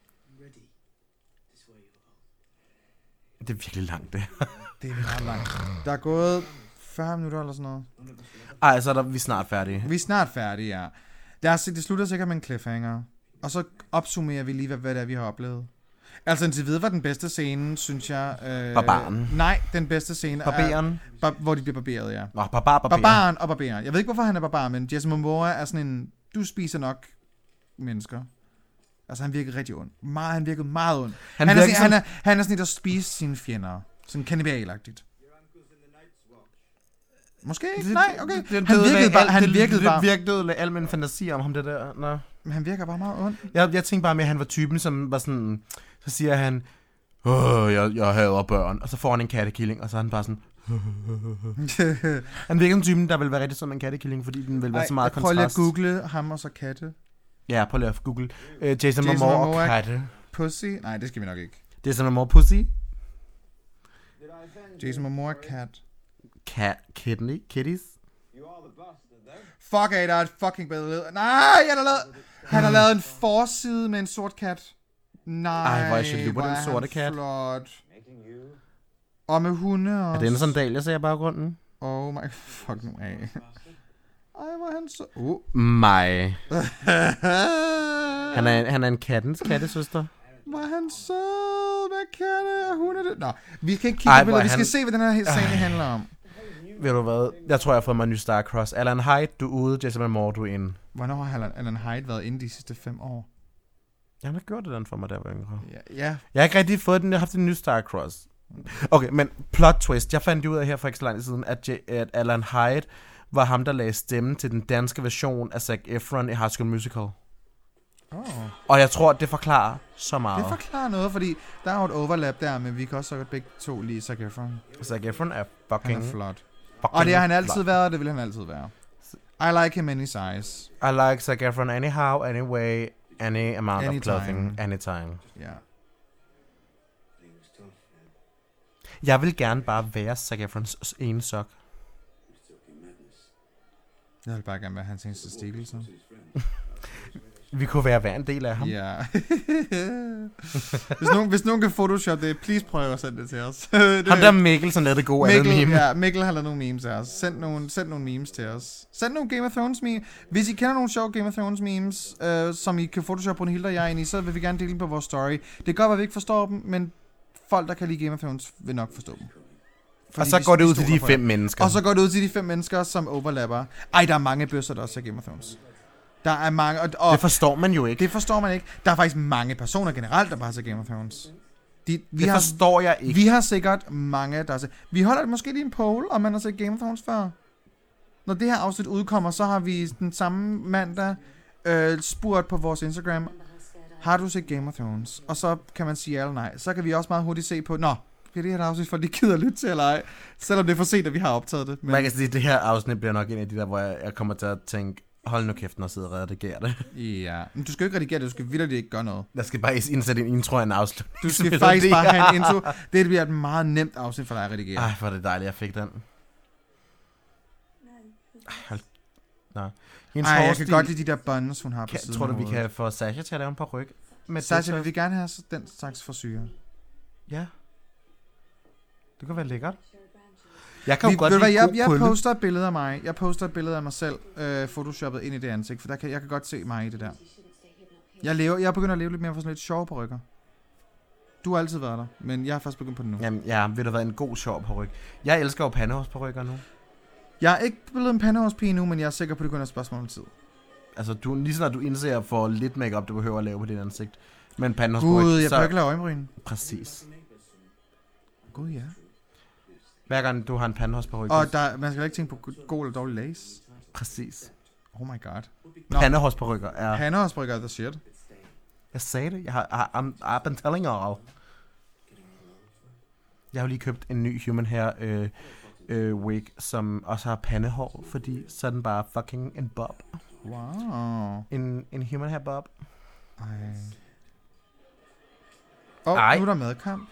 Det er virkelig langt, det. Det er meget langt. Der er gået 40 minutter eller sådan noget. Ej, så er vi snart færdige. Vi er snart færdige, ja. Det slutter sikkert med en cliffhanger. Og så opsummerer vi lige, hvad det er, vi har oplevet. Altså indtil videre var den bedste scene, synes jeg... Barbaren. Nej, den bedste scene Barberen. er... Hvor de bliver barberet, ja. Nå, barbaren. Barbaren og barberen. Jeg ved ikke, hvorfor han er barbar, men Jason Momoa er sådan en... Du spiser nok mennesker. Altså, han virkede rigtig ond. Han virkede meget ond. Han er sådan et, der spiser sine fjender. Sådan kannibalagtigt. Måske ikke? Nej, okay. Han virkede bare... Det virkede al min fantasi om ham, det der. Nå. Men han virker bare meget ond. Jeg tænkte bare med, at han var typen, som var sådan... Så siger han... jeg hader børn. Og så får han en kattekilling, og så er han bare sådan... Han virker som typen, der vil være rigtig som en kattekilling, fordi den vil være så meget kontrast. Prøv lige at google ham og så katte. Ja, prøv lige at google. Jason Momoa og katte. Pussy? Nej, det skal vi nok ikke. Jason Momoa pussy? Jason Momoa cat. Kitties? Fuck af, der er et fucking billede. Nej, han har lavet en forside med en sort kat. Nej, hvor er Chalupa den sorte kat. Flot. Og med hunde også. Er det en sandal, jeg ser i baggrunden? Oh my, fuck nu af. Ej, hvor han så... Mig. Han er en kattesøster. Var han sød med katte og hunde? Nå, vi kan ikke kigge på billeder. Vi skal se, hvad den her sag handler om. Ved du hvad? Jeg tror, jeg har fået mig en ny Starcross. Alan Hyde, du er ude. Jason Momoa, du er inde. Hvornår har Alan Hyde været inde de sidste 5 år? Jeg har gjort det den for mig, der var yngre. Ja. Jeg har ikke rigtig fået den. Jeg har haft en ny Starcross. Okay, men plot twist. Jeg fandt ud af her for ikke så lang tid siden, at Alan Hyde var ham, der lagde stemmen til den danske version af Zac Efron i High School Musical. Og jeg tror, det forklarer så meget. Det forklarer noget, fordi der er jo et overlap der, men vi kan også begge to lide Zac Efron. Zac Efron er fucking... Han er flot. Og det har han altid været, og det vil han altid være. I like him any size. I like Zac Efron anyhow, anyway, any amount of clothing, anytime. Ja. Jeg vil gerne bare være Zac Efrons ene sok. Jeg vil bare gerne være hans eneste stikkelse. Vi kunne være hver en del af ham. Ja. hvis nogen kan photoshop det, please prøv at sende det til os. Ham der Mikkel, som lavede det gode meme. Ja, Mikkel har lavet nogle memes til os. Send nogle memes til os. Send nogle Game of Thrones memes. Hvis I kender nogle sjove Game of Thrones memes, som I kan photoshop på en Hilde og jeg ind i, så vil vi gerne dele dem på vores story. Det kan godt være, at vi ikke forstår dem, men folk, der kan lide Game of Thrones, vil nok forstå dem. Fordi og så går det ud til de 5 mennesker. Og så går det ud til de 5 mennesker, som overlapper. Ej, der er mange bøsser, der også ser Game of Thrones. Der er mange... Og det forstår man jo ikke. Det forstår man ikke. Der er faktisk mange personer generelt, der bare ser Game of Thrones. Det forstår jeg ikke. Vi har sikkert mange, der ser... Vi holder måske lige en poll, om man har set Game of Thrones før. Når det her afsnit udkommer, så har vi den samme mandag spurgt på vores Instagram. Har du set Game of Thrones? Og så kan man sige ja eller nej. Så kan vi også meget hurtigt se på... Nå, bliver det her afsnit, for de gider lytte til eller ej. Selvom det er for sent, at vi har optaget det. Men... Man kan sige, det her afsnit bliver nok en af de der, hvor jeg kommer til at tænke... Hold nu kæft, når jeg sidder og redigerer det. Ja, men du skal jo ikke redigere det, du skal virkelig ikke gøre noget. Jeg skal bare indsætte en intro og en afslutning. Du skal faktisk bare have en intro. Det bliver et meget nemt afsnit for dig at redigere. Ej, hvor er det dejligt, jeg fik den. Jeg kan godt lide de der buns, hun har på siden. Tror du, vi kan få Sasha til at lave en par ryg? Sasha, vil vi gerne have den slags frisyrer? Ja. Det kan være lækkert. Jeg kan jo godt lide jeg poster et billede af mig. Jeg poster et billede af mig selv, photoshoppet ind i det ansigt, for jeg kan godt se mig i det der. Jeg begynder at leve lidt mere for sådan lidt sjove parykker. Du har altid været der, men jeg har først begyndt på det nu. Jamen, ja, ved du hvad, en god sjov paryk. Jeg elsker jo pandehårsparykker nu. Jeg er ikke blevet en pandehårspige nu, men jeg er sikker på, at det kun er et spørgsmål om tid. Altså, lige snart du indser for lidt makeup, du behøver at lave på dit ansigt. Men pandehårsparyk, Gud, jeg behøver ikke lave øjenbryn. Præcis. Gud, ja. Hver gang du har en pandehårsparyk. Og man skal ikke tænke på god eller dårlig lace. Præcis. Oh my god. Pandehårsparykker er... Pandehårsparykker er the shit. Jeg sagde det. I've been telling you all. Jeg har lige købt en ny human hair wig, som også har pandehår, fordi så er den bare fucking en bob. Wow. En human hair bob. Ej. Nu er der madkamp.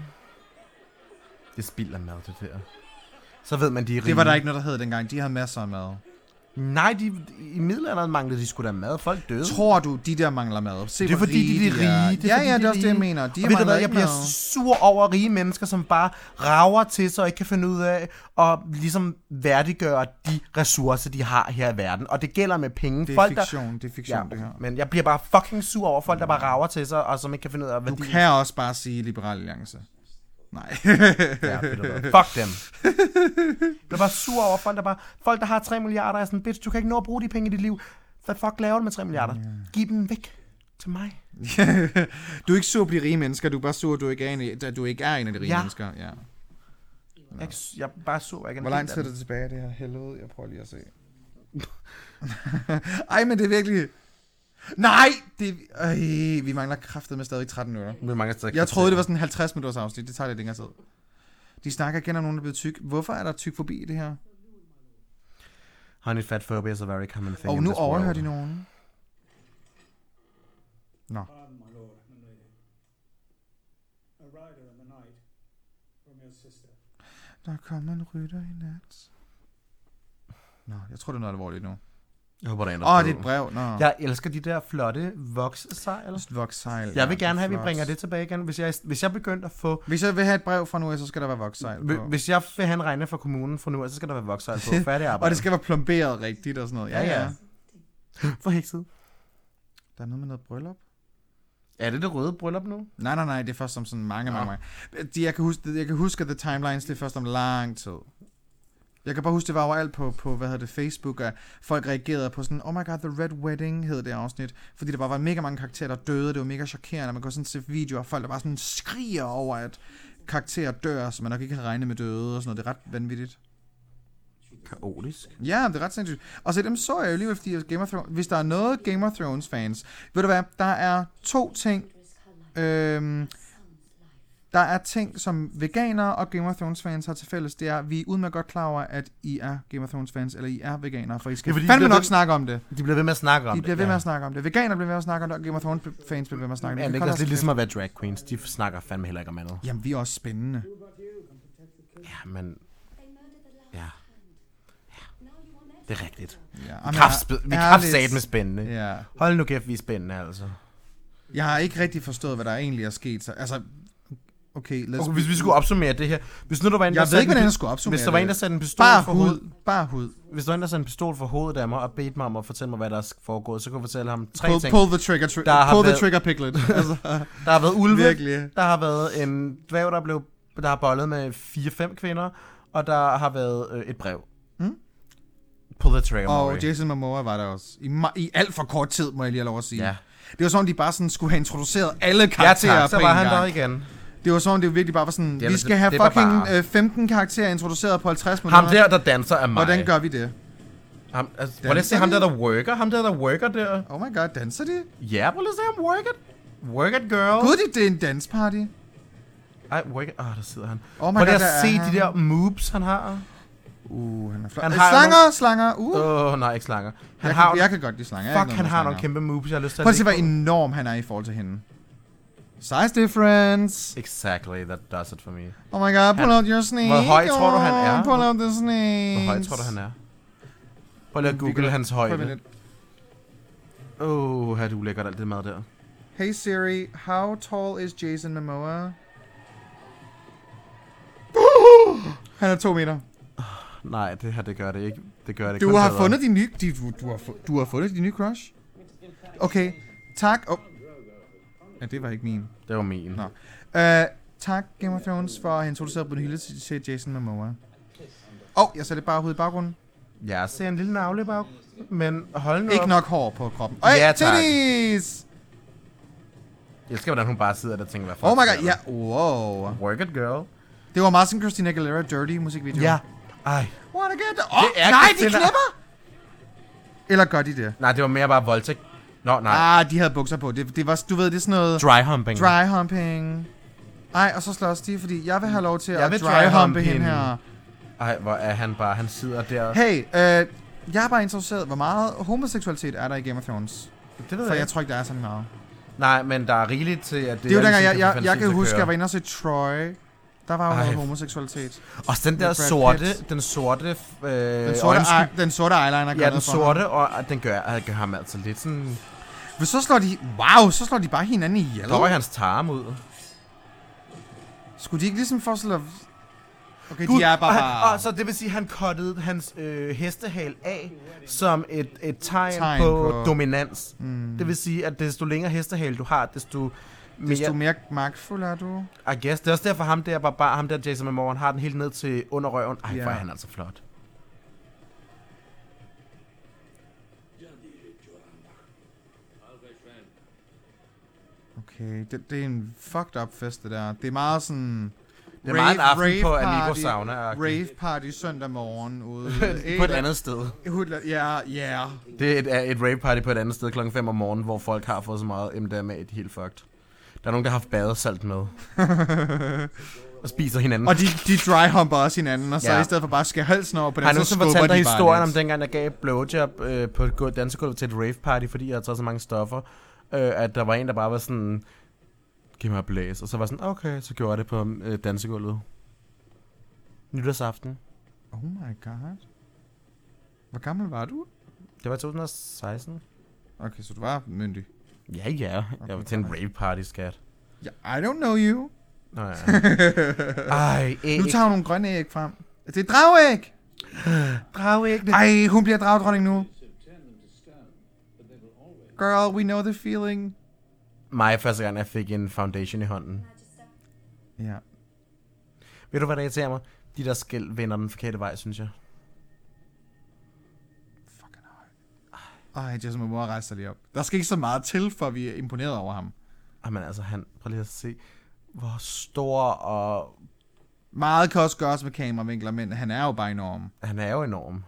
Det spilder mad, det der. Så ved man, de er rige. Det var der ikke noget, der hed dengang. De havde masser af mad. Nej, i middelalderen manglede de skulle da mad. Folk døde. Tror du, de der mangler mad? Se, det er fordi, de er rige. Det er også det, jeg mener. De og ved du hvad, jeg bliver sur over rige mennesker, som bare rager til sig og ikke kan finde ud af at ligesom værdiggøre de ressourcer, de har her i verden. Og det gælder med penge. Det er fiktion, det her. Men jeg bliver bare fucking sur over folk, der bare rager til sig, og som ikke kan finde ud af, hvad du kan også bare sige Liberal Alliance. Nej. Fuck dem. Jeg er bare sur over folk, der har 3 milliarder, er sådan, bitch, du kan ikke nå at bruge de penge i dit liv. Hvad fuck laver du med 3 milliarder? Giv dem væk til mig. Du er ikke sur på de rige mennesker, du er bare sur, at du ikke er en af de rige mennesker. Ja. Jeg er bare sur, hvor lang tid er det tilbage, det her helvede? Jeg prøver lige at se. Ej, men det er virkelig... Nej! Vi mangler kraftedeme stadig 13 minutter. Jeg troede, det var sådan en 50 minutters afsnit. Det tager lidt længere tid. De snakker igen om nogen, der bliver tyk. Hvorfor er der tyk forbi i det her? Honey fat phobia is a very common thing. Og nu overhører de nogen. Nå. Der kommer en rytter i nat. Nå, jeg tror, det er noget alvorligt nu. Jeg håber, det er det er et brev. Nå. Jeg elsker de der flotte vokssejl. Jeg vil gerne have, at vi bringer det tilbage igen. Hvis jeg begyndte at få... Hvis jeg vil have et brev fra nu af, så skal der være vokssejl på. Hvis jeg vil have en regning fra kommunen fra nu af, så skal der være vokssejl på. Færdig arbejde. Og det skal være plomberet rigtigt og sådan noget. Ja. For hekset. Der er noget med noget bryllup. Er det røde bryllup nu? Nej. Det er først om sådan mange. Jeg kan huske, at the timelines, det er først om lang tid. Jeg kan bare huske, det var overalt på Facebook, at folk reagerede på sådan, oh my god, The Red Wedding hed det afsnit, fordi der bare var mega mange karakterer, der døde, det var mega chokerende, man kunne sådan se videoer af folk, der bare sådan skriger over, at karakterer dør, så man nok ikke kan regne med døde og sådan noget, det er ret vanvittigt. Kaotisk. Ja, det er ret sindssygt. Og så dem så jeg jo alligevel, fordi Game of Thrones, hvis der er noget Game of Thrones fans, ved du hvad, der er 2 ting, der er ting, som veganere og Game of Thrones fans har til fælles. Det er, vi er udmærket godt klar over, at I er Game of Thrones fans, eller I er veganere, for I skal fandme nok snakke om det. De bliver ved med at snakke om det. De bliver ved med at snakke om det. Veganere bliver ved med at snakke om det, og Game of Thrones fans bliver ved med at snakke om det. Ja, det er også lidt ligesom at være drag queens. De snakker fandme heller ikke om andet. Jamen, vi er også spændende. Ja, men... Ja. Det er rigtigt. Ja. Vi er kraftsat med spændende. Ja. Hold nu kæft, vi er spændende, altså. Jeg har ikke rigtig forstået, hvad der egentlig er sket. Så, altså... Okay, hvis vi skulle opsummere det her. Hvis nu der var en, jeg ved ikke, hvordan jeg skulle opsummere det. Hvis der var en, der satte en pistol for hovedet. Bare hud. Hvis der var en, der satte en pistol for hovedet af mig og bedte mig om at fortælle mig, hvad der er foregået, så kunne jeg fortælle ham 3 ting. Pull the trigger, Piglet. Altså, der har været ulve. Virkelig. Der har været en dværg, der har bollet med 4-5 kvinder. Og der har været et brev. Pull the trigger, Maury. Og Jason Momoa var der også. I alt for kort tid, må jeg lige have lov at sige. Ja. Det var sådan, de bare sådan skulle have introduceret alle karakterer så var han der igen. Det var sådan, det virkelig bare var sådan, vi skal have fucking 15 karakterer introduceret på 50 minutter. Ham der danser er mig. Hvordan gør vi det? Hvordan ser ham der worker? Ham der worker der? Oh my god, danser de? Ja, prøv lige at se ham work it. Work it, girl. Gud, det er en dansparty. Ej, work it. Der sidder han. Oh my god, der at se de der moves, han har. Han er flot. Slanger. Nej, ikke slanger. Jeg kan godt lide slanger. Fuck, han har nogle kæmpe moves, jeg har lyst til at prøv at se, hvor enorm han er i forhold til hende. Size difference. Exactly, that does it for me. Oh my god, pull out your snake. Hvor høj tror du, han er? Pull out the snake. Hvor høj tror du, han er? Prøv lige at google hans højde. Her er det ulækkert, alt det mad der. Hey Siri, how tall is Jason Momoa? Han er 2 meter. Nej, det gør det ikke. Det gør det du har fundet de nye... Du har fundet de nye crush? Okay, tak. Ja, det var ikke min. Det var min. Nå. Tak Game of Thrones for at introducere Brunhilde til Jason Momoa. Jeg sætter bare hud i baggrunden. Jeg ser en lille navle i baggrunden. Men hold nu ikke op. Nok hår på kroppen. Ja, tak. Titties! Jeg elsker, hvordan hun bare sidder der og tænker, hvad fuck. Oh my god, ja. Wow. Work it, girl. Det var meget sådan Christina Aguilera Dirty musikvideo. Ja. Ej. Wanna get the... nej, de klipper! Eller gør de det? Nej, det var mere bare voldtægt. Nå, nej. De havde bukser på. Det var, du ved, det er sådan noget... Dry humping. Dry humping. Ej, og så slås de, fordi jeg vil have lov til jeg at dry humpe hende her. Ej, hvor er han bare... Han sidder der... Hey, jeg er bare interesseret, hvor meget homoseksualitet er der i Game of Thrones? Det ved For jeg tror ikke, der er sådan meget. Nej, men der er rigeligt til, at det er jo dengang, jeg kan huske, at jeg var inde og se Troy. Der var jo noget homoseksualitet. Og den der sorte... Den sorte eyeliner. Ja, den sorte, og den gør ham altså lidt sådan... Så slår de bare hinanden ihjel. Der var hans tarm ud. Skulle de ikke ligesom forestille at... Okay, de er bare... Og så det vil sige, at han cuttede hans hestehal af som et tegn på dominans. Det vil sige, at desto længere hestehal du har, desto mere magtfuld er du. I guess. Det er også derfor, ham der Jason Momoa, han har den helt ned til under røven. Ej, hvor er han altså flot. Okay, det er en fucked up fest, det der. Det er meget sådan... Det er meget en aften på Amigo Sauna. Rave party søndag morgen ude. På et andet sted. Ja. Det er et rave party på et andet sted klokken 5 om morgenen, hvor folk har fået så meget MDMA, de er helt fucked. Der er nogen, der har haft badesalt med. Og spiser hinanden. Og de dryhumper også hinanden, og så i stedet for bare at skære halsen over på den, så skubber de bare fortalt dig historien lidt. om dengang, jeg gav blowjob på dansegulv til et rave party, fordi jeg havde taget så mange stoffer, at der var en, der bare var sådan... Giv mig et blæs. Og så var sådan, okay, så gjorde jeg det på dansegulvet. Nytårsaften. Oh my god. Hvor gammel var du? Det var 2016. Okay, så du var myndig. Ja. Okay, jeg var til en rave party, skat. I don't know you. Nå ja. Ej, æg. Nu tager hun nogle grønne æg frem. Det er dragæg! Dragæggene. Ej, hun bliver dragdronning nu. Girl, we know the feeling. Mig første gang, jeg fik en foundation i hånden. Ja. Ved du, hvad der irriterer mig? De der skæld vender den forkerte vej, synes jeg. Fucking høj. Ej, Jason Momoa rejser lige op. Der skal ikke så meget til, for vi er imponeret over ham. Men altså, prøv lige at se, hvor stor og... Meget kan også gøres med kameravinkler, men han er jo bare enorm. Han er jo enorm.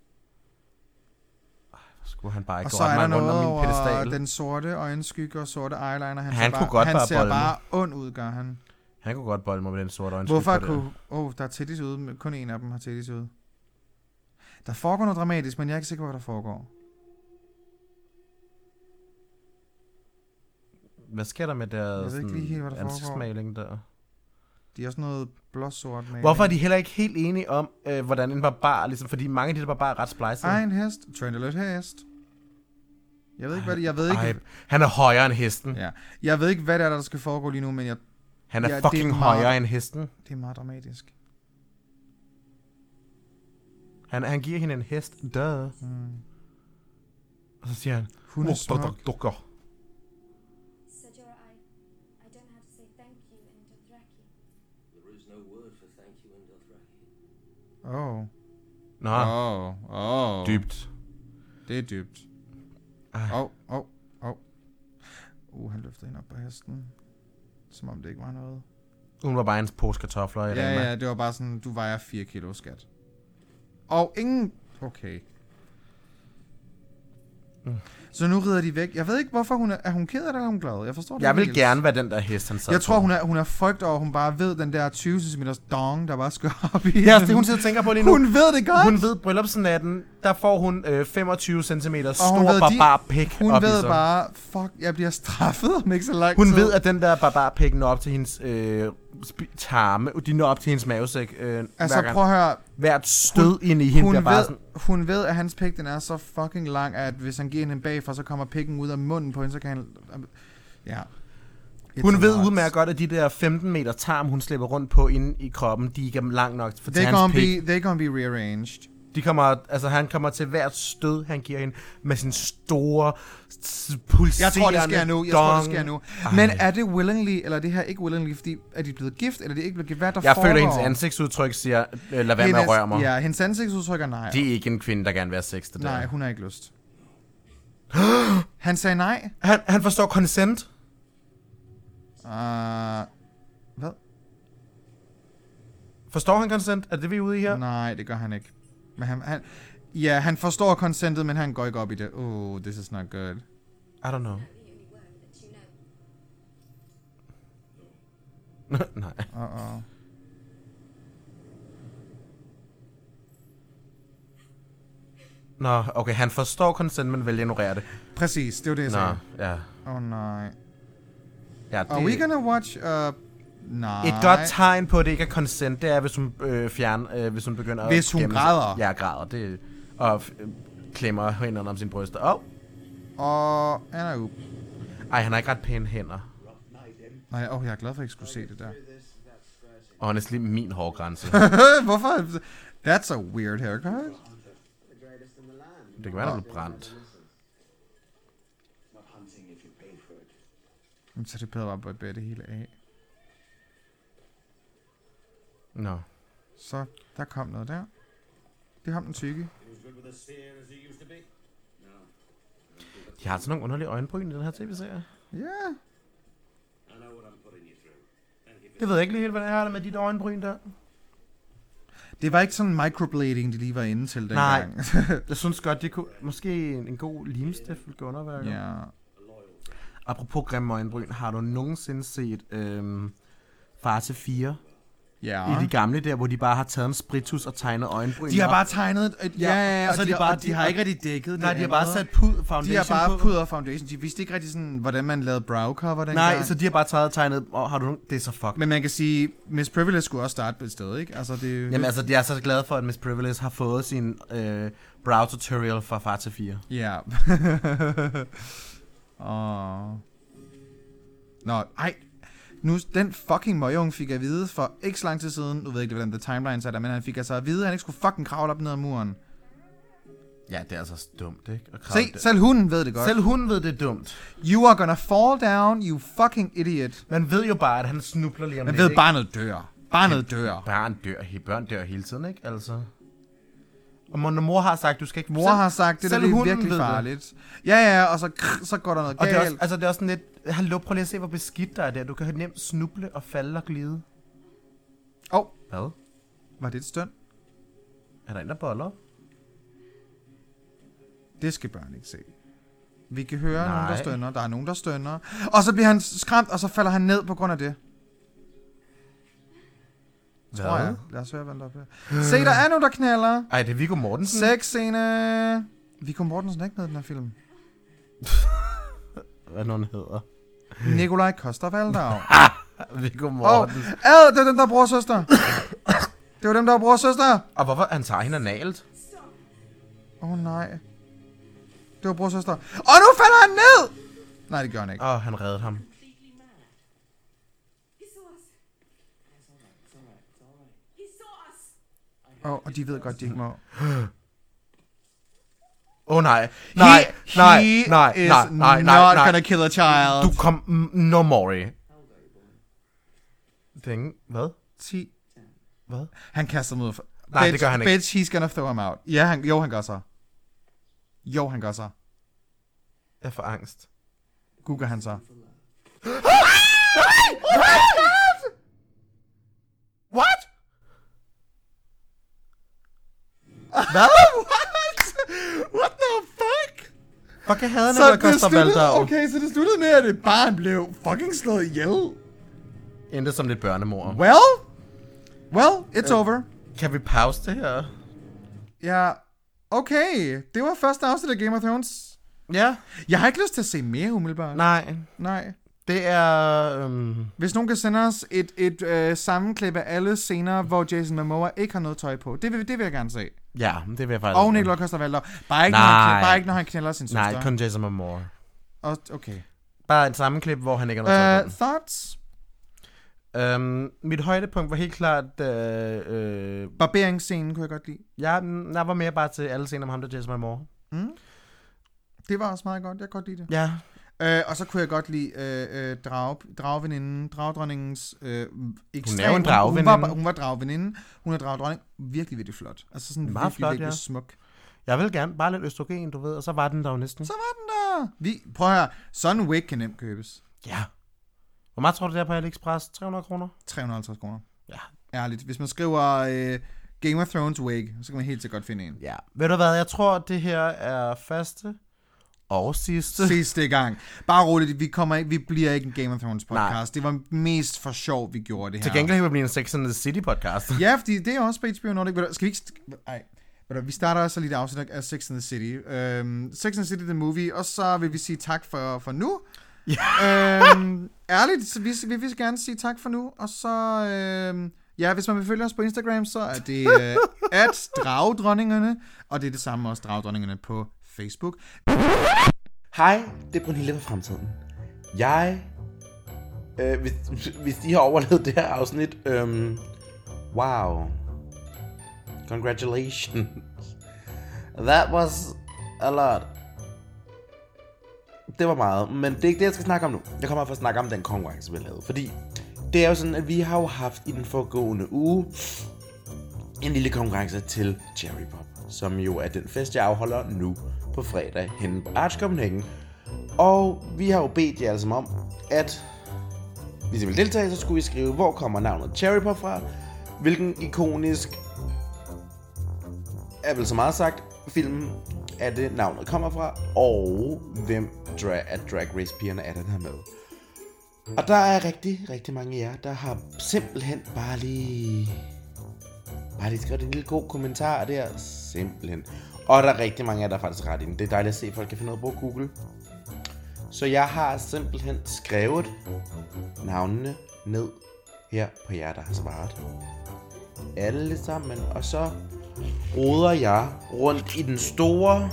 Skulle han bare ikke og gå så er der noget over pedestal. Den sorte øjenskygge og sorte eyeliner. Han kunne godt han bare ser bare ond ud, gør han. Han kunne godt bolde mig med den sorte øjenskygge. Hvorfor der er titties ude. Kun en af dem har titties ude. Der foregår noget dramatisk, men jeg er ikke sikker på, hvad der foregår. Hvad sker der med deres ansigtsmaling der? De er også noget blåsort maling. Hvorfor er de heller ikke helt enige om, hvordan en barbar, ligesom, fordi mange af de der barbarer er ret splejsede? Ej, en hest. Trendeløs hest. Jeg ved ikke, hvad det, jeg ved ikke. Han er højere end hesten. Ja. Jeg ved ikke, hvad det er, der skal foregå lige nu, men han er fucking højere end hesten. Det er meget dramatisk. Han giver hende en hest. Og så siger han, hun er smuk. Dukker. Dybt. Det er dybt. Han løftede hende op på hesten. Som om det ikke var noget. Hun var bare en pose kartofler. Ja, det var bare sådan, du vejer 4 kilo, skat. Og ingen... Okay. Så nu rider de væk. Jeg ved ikke, hvorfor hun er hun ked af det, eller er hun glad? Jeg forstår det. Jeg vil gerne være den der hest, han sad Jeg tror, hun er frygt over, hun bare ved den der 20 cm dong, der bare skal op i. Ja, det hun sidder og tænker på lige nu. Hun ved det godt. Hun ved, bryllupsnatten, der får hun 25 cm stor barbar-pæk. Hun ved bare, fuck, jeg bliver straffet om ikke så lang tid. Hun ved, at den der barbar-pæk når op til hendes tarme. De når op til hendes mavesæk. Altså prøv at høre. Hvert stød ind i hende bliver bare sådan... Hun ved, at hans pæk, den er så fucking lang, at hvis han giver hende en bagfra, så kommer pækken ud af munden på hende, så kan han... Ja. Hun ved udmærket godt, at de der 15 meter tarm, hun slipper rundt på inde i kroppen, de ikke er lang nok for til hans pæk. They're gonna be rearranged. Han kommer til hvert stød, han giver hende med sin store, pulserende Jeg tror, det sker nu. Men er det willingly, eller er det her ikke willingly, fordi er de blevet gift, eller er det ikke blevet gift? Hvad der Jeg føler, hendes ansigtsudtryk siger, lad være med at røre mig. Ja, hendes ansigtsudtryk er nej. Det er ikke en kvinde, der gerne vil have sex. Det nej, hun har ikke lyst. Han sagde nej. Han forstår consent. Hvad? Forstår han consent? Er det, vi er ude i her? Nej, det gør han ikke. Men han forstår consentet, men han går ikke op i det. Oh, this is not good. I don't know. Nej. Nå, okay, han forstår consent, men vælger at ignorere det. Præcis, det var det, jeg sagde. Ja. Nej. Ja, det... Are we gonna watch... Nej. Et godt tegn på, at det ikke er consent, det er, hvis hun hvis hun begynder at... Hvis hun græder. Ja, græder. Det, og klemmer hænderne om sine bryster. Og Anna up. Ej, han har ikke ret pæne hænder. Nej, jeg er glad for, at jeg ikke skulle se det der. Honestly, min hårgrænse. Hvorfor? That's a weird haircut. Det kan være, der bliver brændt. Så det bedre bare på at bære det hele af. Nå. Så, der kom noget der. Det kom den tykke. De har altså nogle underlige øjenbryn i den her tv-serie. Ja. Det ved jeg ikke lige helt, hvad det er med dit øjenbryn der. Det var ikke sådan microblading, de lige var inde til dengang. Nej, jeg synes godt, det kunne... Måske en god limstift ville gå underværker. Ja. Apropos grimme øjenbryn, har du nogensinde set Far til 4? Ja. I de gamle der, hvor de bare har taget en spritus og tegnet øjenbryn. De har bare tegnet... og så de har ikke rigtig dækket. Nej, de har bare sat foundation. De har bare pudret foundation. De vidste ikke rigtig sådan, hvordan man lavede brow cover dengang. Nej, så de har bare tegnet... Har du det er så fuck. Men man kan sige, Miss Privilege skulle også starte på et sted, ikke? Altså, det... Jamen altså, de er så glade for, at Miss Privilege har fået sin brow tutorial fra Far til 4. Ja. Nå, ej. Nu, den fucking møgung fik jeg at vide for ikke så lang tid siden. Nu ved jeg ikke, hvordan the timeline er der, men han fik altså at vide, at han ikke skulle fucking kravle op ned ad muren. Ja, det er altså dumt, ikke? Se, selv hunden ved det godt. Selv hunden ved, det er dumt. You are gonna fall down, you fucking idiot. Man ved jo bare, at han snubler lige om Man lidt, ved, ikke? barnet dør. Barnet dør. Børn dør hele tiden, ikke? Altså... Og mor har sagt, du skal ikke... Mor har sagt, det der er virkelig farligt. Ja, og så går der noget galt. Og det er, også, det er også sådan lidt... Hallo, prøv lige at se, hvor beskidt der er der. Du kan nemt snuble og falde og glide. Hvad? Var det et støn? Er der en, der boller? Det skal børn ikke se. Vi kan høre nogen, der stønner. Der er nogen, der stønner. Og så bliver han skræmt, og så falder han ned på grund af det. Tror jeg. Lad os høre, hvad der er. Se, der er nogen, der knalder. Ej, det er Viggo Mortensen. Sexscene. Viggo Mortensen er ikke med i den her film. Hvad nogen hedder? Nikolaj Coster-Waldau. Viggo Mortensen. Det er dem, der er bror og søster. Det var dem, der var bror og søster. Og hvorfor? Han tager hende analt. Nej. Det var bror og søster. Og nu falder han ned! Nej, det gør han ikke. Han reddede ham. Og de ved godt, de ikke må. Nej. He is not gonna kill a child. Du kom... No more. Hvad? 10. Hvad? Han kaster mod... Nej, det gør han ikke. Bitch, he's gonna throw him out. Ja, han gør så. Han gør så. Jeg får angst. Google han så. What? Hvad? What the fuck? Fuck, jeg havde noget, der koster Valdau. Okay, så det sluttede med, at det barn blev fucking slået ihjel. Endte som lidt børnemor. Well, it's over. Kan vi pause det her? Ja, okay. Det var første afsnit af Game of Thrones. Ja. Jeg har ikke lyst til at se mere umiddelbart. Nej. Det er... Hvis nogen kan sende os et sammenklip af alle scener, hvor Jason Momoa ikke har noget tøj på. Det vil jeg gerne se. Ja, det vil jeg faktisk. Og Nikolaj Coster-Waldau. Bare ikke, når han knælder sin søster. Nej, kun Jason Momoa. Okay. Bare et sammenklip, hvor han ikke har noget tøj på. Thoughts? Mit højdepunkt var helt klart... Barberingsscenen kunne jeg godt lide. Ja, der var mere bare til alle scener om ham, der Jason Momoa. Det var også meget godt. Jeg kan godt lide det. Ja. Og så kunne jeg godt lide dragveninden, dragdronningens ekstrem. Hun er jo en dragveninde. Hun var dragveninde. Hun er dragdronning. Virkelig, virkelig flot. Altså sådan meget virkelig smuk. Jeg vil gerne bare lidt østrogen, du ved, og så var den der jo næsten. Så var den der. Prøv at høre. Sådan en wig kan nemt købes. Ja. Hvor meget tror du det er på AliExpress? 300 kroner? 350 kroner. Ja, Ærligt. Hvis man skriver Game of Thrones Wig, så kan man helt sikkert finde en. Ja. Ved du hvad, jeg tror, det her er første og sidste gang. Bare roligt, vi bliver ikke en Game of Thrones podcast. Nej. Det var mest for sjov, vi gjorde det her. Til gengæld kan vi blive en Sex and the City podcast. Ja, fordi det er også på HBO Nordic. Skal vi ikke... Ej. Vi starter også lidt afsnit af Sex and the City. Sex and the City, the movie. Og så vil vi sige tak for nu. Ærligt, så vi vil gerne sige tak for nu. Og så... hvis man vil følge os på Instagram, så er det @dragedronningerne. Og det er det samme også, Dragedronningerne på Facebook. Hej, det er Brunhilde fra Fremtiden. Hvis I har overlevet det her afsnit, wow. Congratulations. That was a lot. Det var meget, men det er ikke det, jeg skal snakke om nu. Jeg kommer for at snakke om den konkurrence, vi har lavet. Fordi det er jo sådan, at vi har jo haft i den foregående uge en lille konkurrence til Cherry Pop, som jo er den fest, jeg afholder nu på fredag henne på Arch Copenhagen. Og vi har jo bedt jer alle sammen om, at hvis I vil deltage, så skulle vi skrive, hvor kommer navnet Cherry Pop fra, hvilken ikonisk, er vel så meget sagt, film er det navnet kommer fra, og hvem af Drag Race-pigerne er den her med. Og der er rigtig, rigtig mange af jer, der har simpelthen bare lige skrevet en lille god kommentar der, simpelthen. Og der er rigtig mange af jer, der faktisk ret ind. Det er dejligt at se, at folk kan finde ud af at bruge Google. Så jeg har simpelthen skrevet navnene ned her på jer, der har svaret. Alle sammen. Og så roder jeg rundt i den store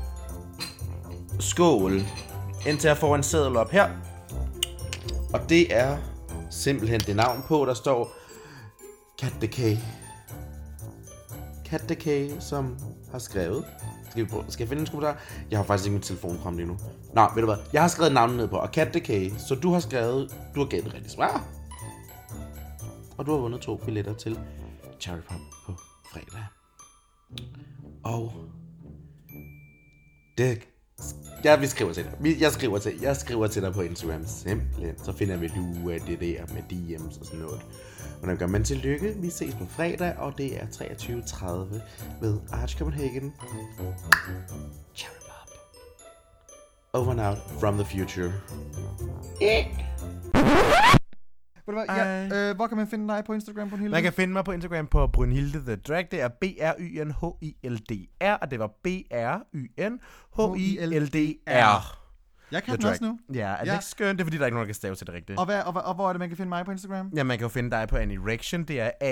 skål, indtil jeg får en seddel op her. Og det er simpelthen det navn på, der står Kat the K. Kat the K, som har skrevet. Skal jeg finde en kommentar? Jeg har faktisk ikke min telefon frem lige nu. Nå, ved du hvad? Jeg har skrevet navnet ned på, og Kat the K. Så du har skrevet, du har givet et rigtigt svar. Og du har vundet 2 billetter til Cherry Pop på fredag. Og det... Ja, vi skriver til dig. Jeg skriver til dig på Instagram, simpelthen. Så finder vi du af det der med DM's og sådan noget. Hvordan gør man tillykke? Vi ses på fredag, og det er 23:30 ved Arch Copenhagen. Cherry Pop. Over and out from the future. Hvor kan man finde dig på Instagram, Brunhilde? Man kan finde mig på Instagram på Brunhilde The Drag. Det er BRYNHILDR, og det var BRYNHILDR. Jeg kan den også nu. Ja, er det ikke skønt? Det er fordi, der er ikke nogen, der kan stave til det rigtigt. Og hvor er det, man kan finde mig på Instagram? Ja, man kan jo finde dig på Anirection. Det er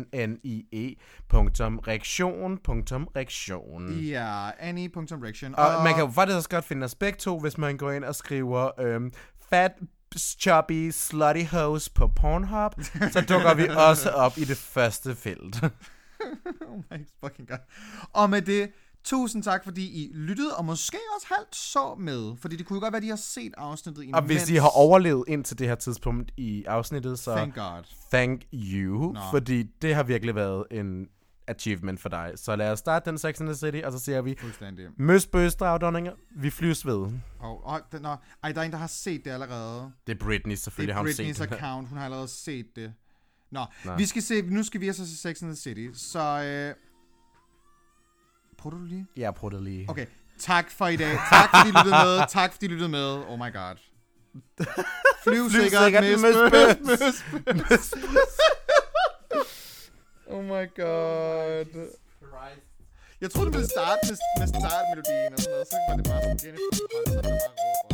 ANNIE.reaktion. Ja, Annie.reaktion. Og man kan jo faktisk også godt finde os begge to, hvis man går ind og skriver fat chubby slutty hoes på Pornhub, så dukker vi også op i det første felt. Oh my fucking god. Og med det, tusind tak, fordi I lyttede, og måske også halvt så med, fordi det kunne jo godt være, at I har set afsnittet imens. Og hvis I har overlevet indtil det her tidspunkt i afsnittet, så thank you, fordi det har virkelig været en achievement for dig. Så lad os starte den Sex and the City, og så ser vi Møs Bøs Dragedronninger. Vi flyves ved. Der er en, der har set det allerede. Det er Britney, selvfølgelig har hun set det. Det er Britneys account, hun har allerede set det. Nå. Vi skal se, nu skal vi altså se Sex and the City, så... Prøver du lige? Ja, prøv det lige. Okay, tak for i dag. Tak fordi I lyttede med. Oh my god. Flyv sikkert, Møs. Oh my god. Jeg troede, det ville starte med startmelodien og sådan noget, så var det bare sådan,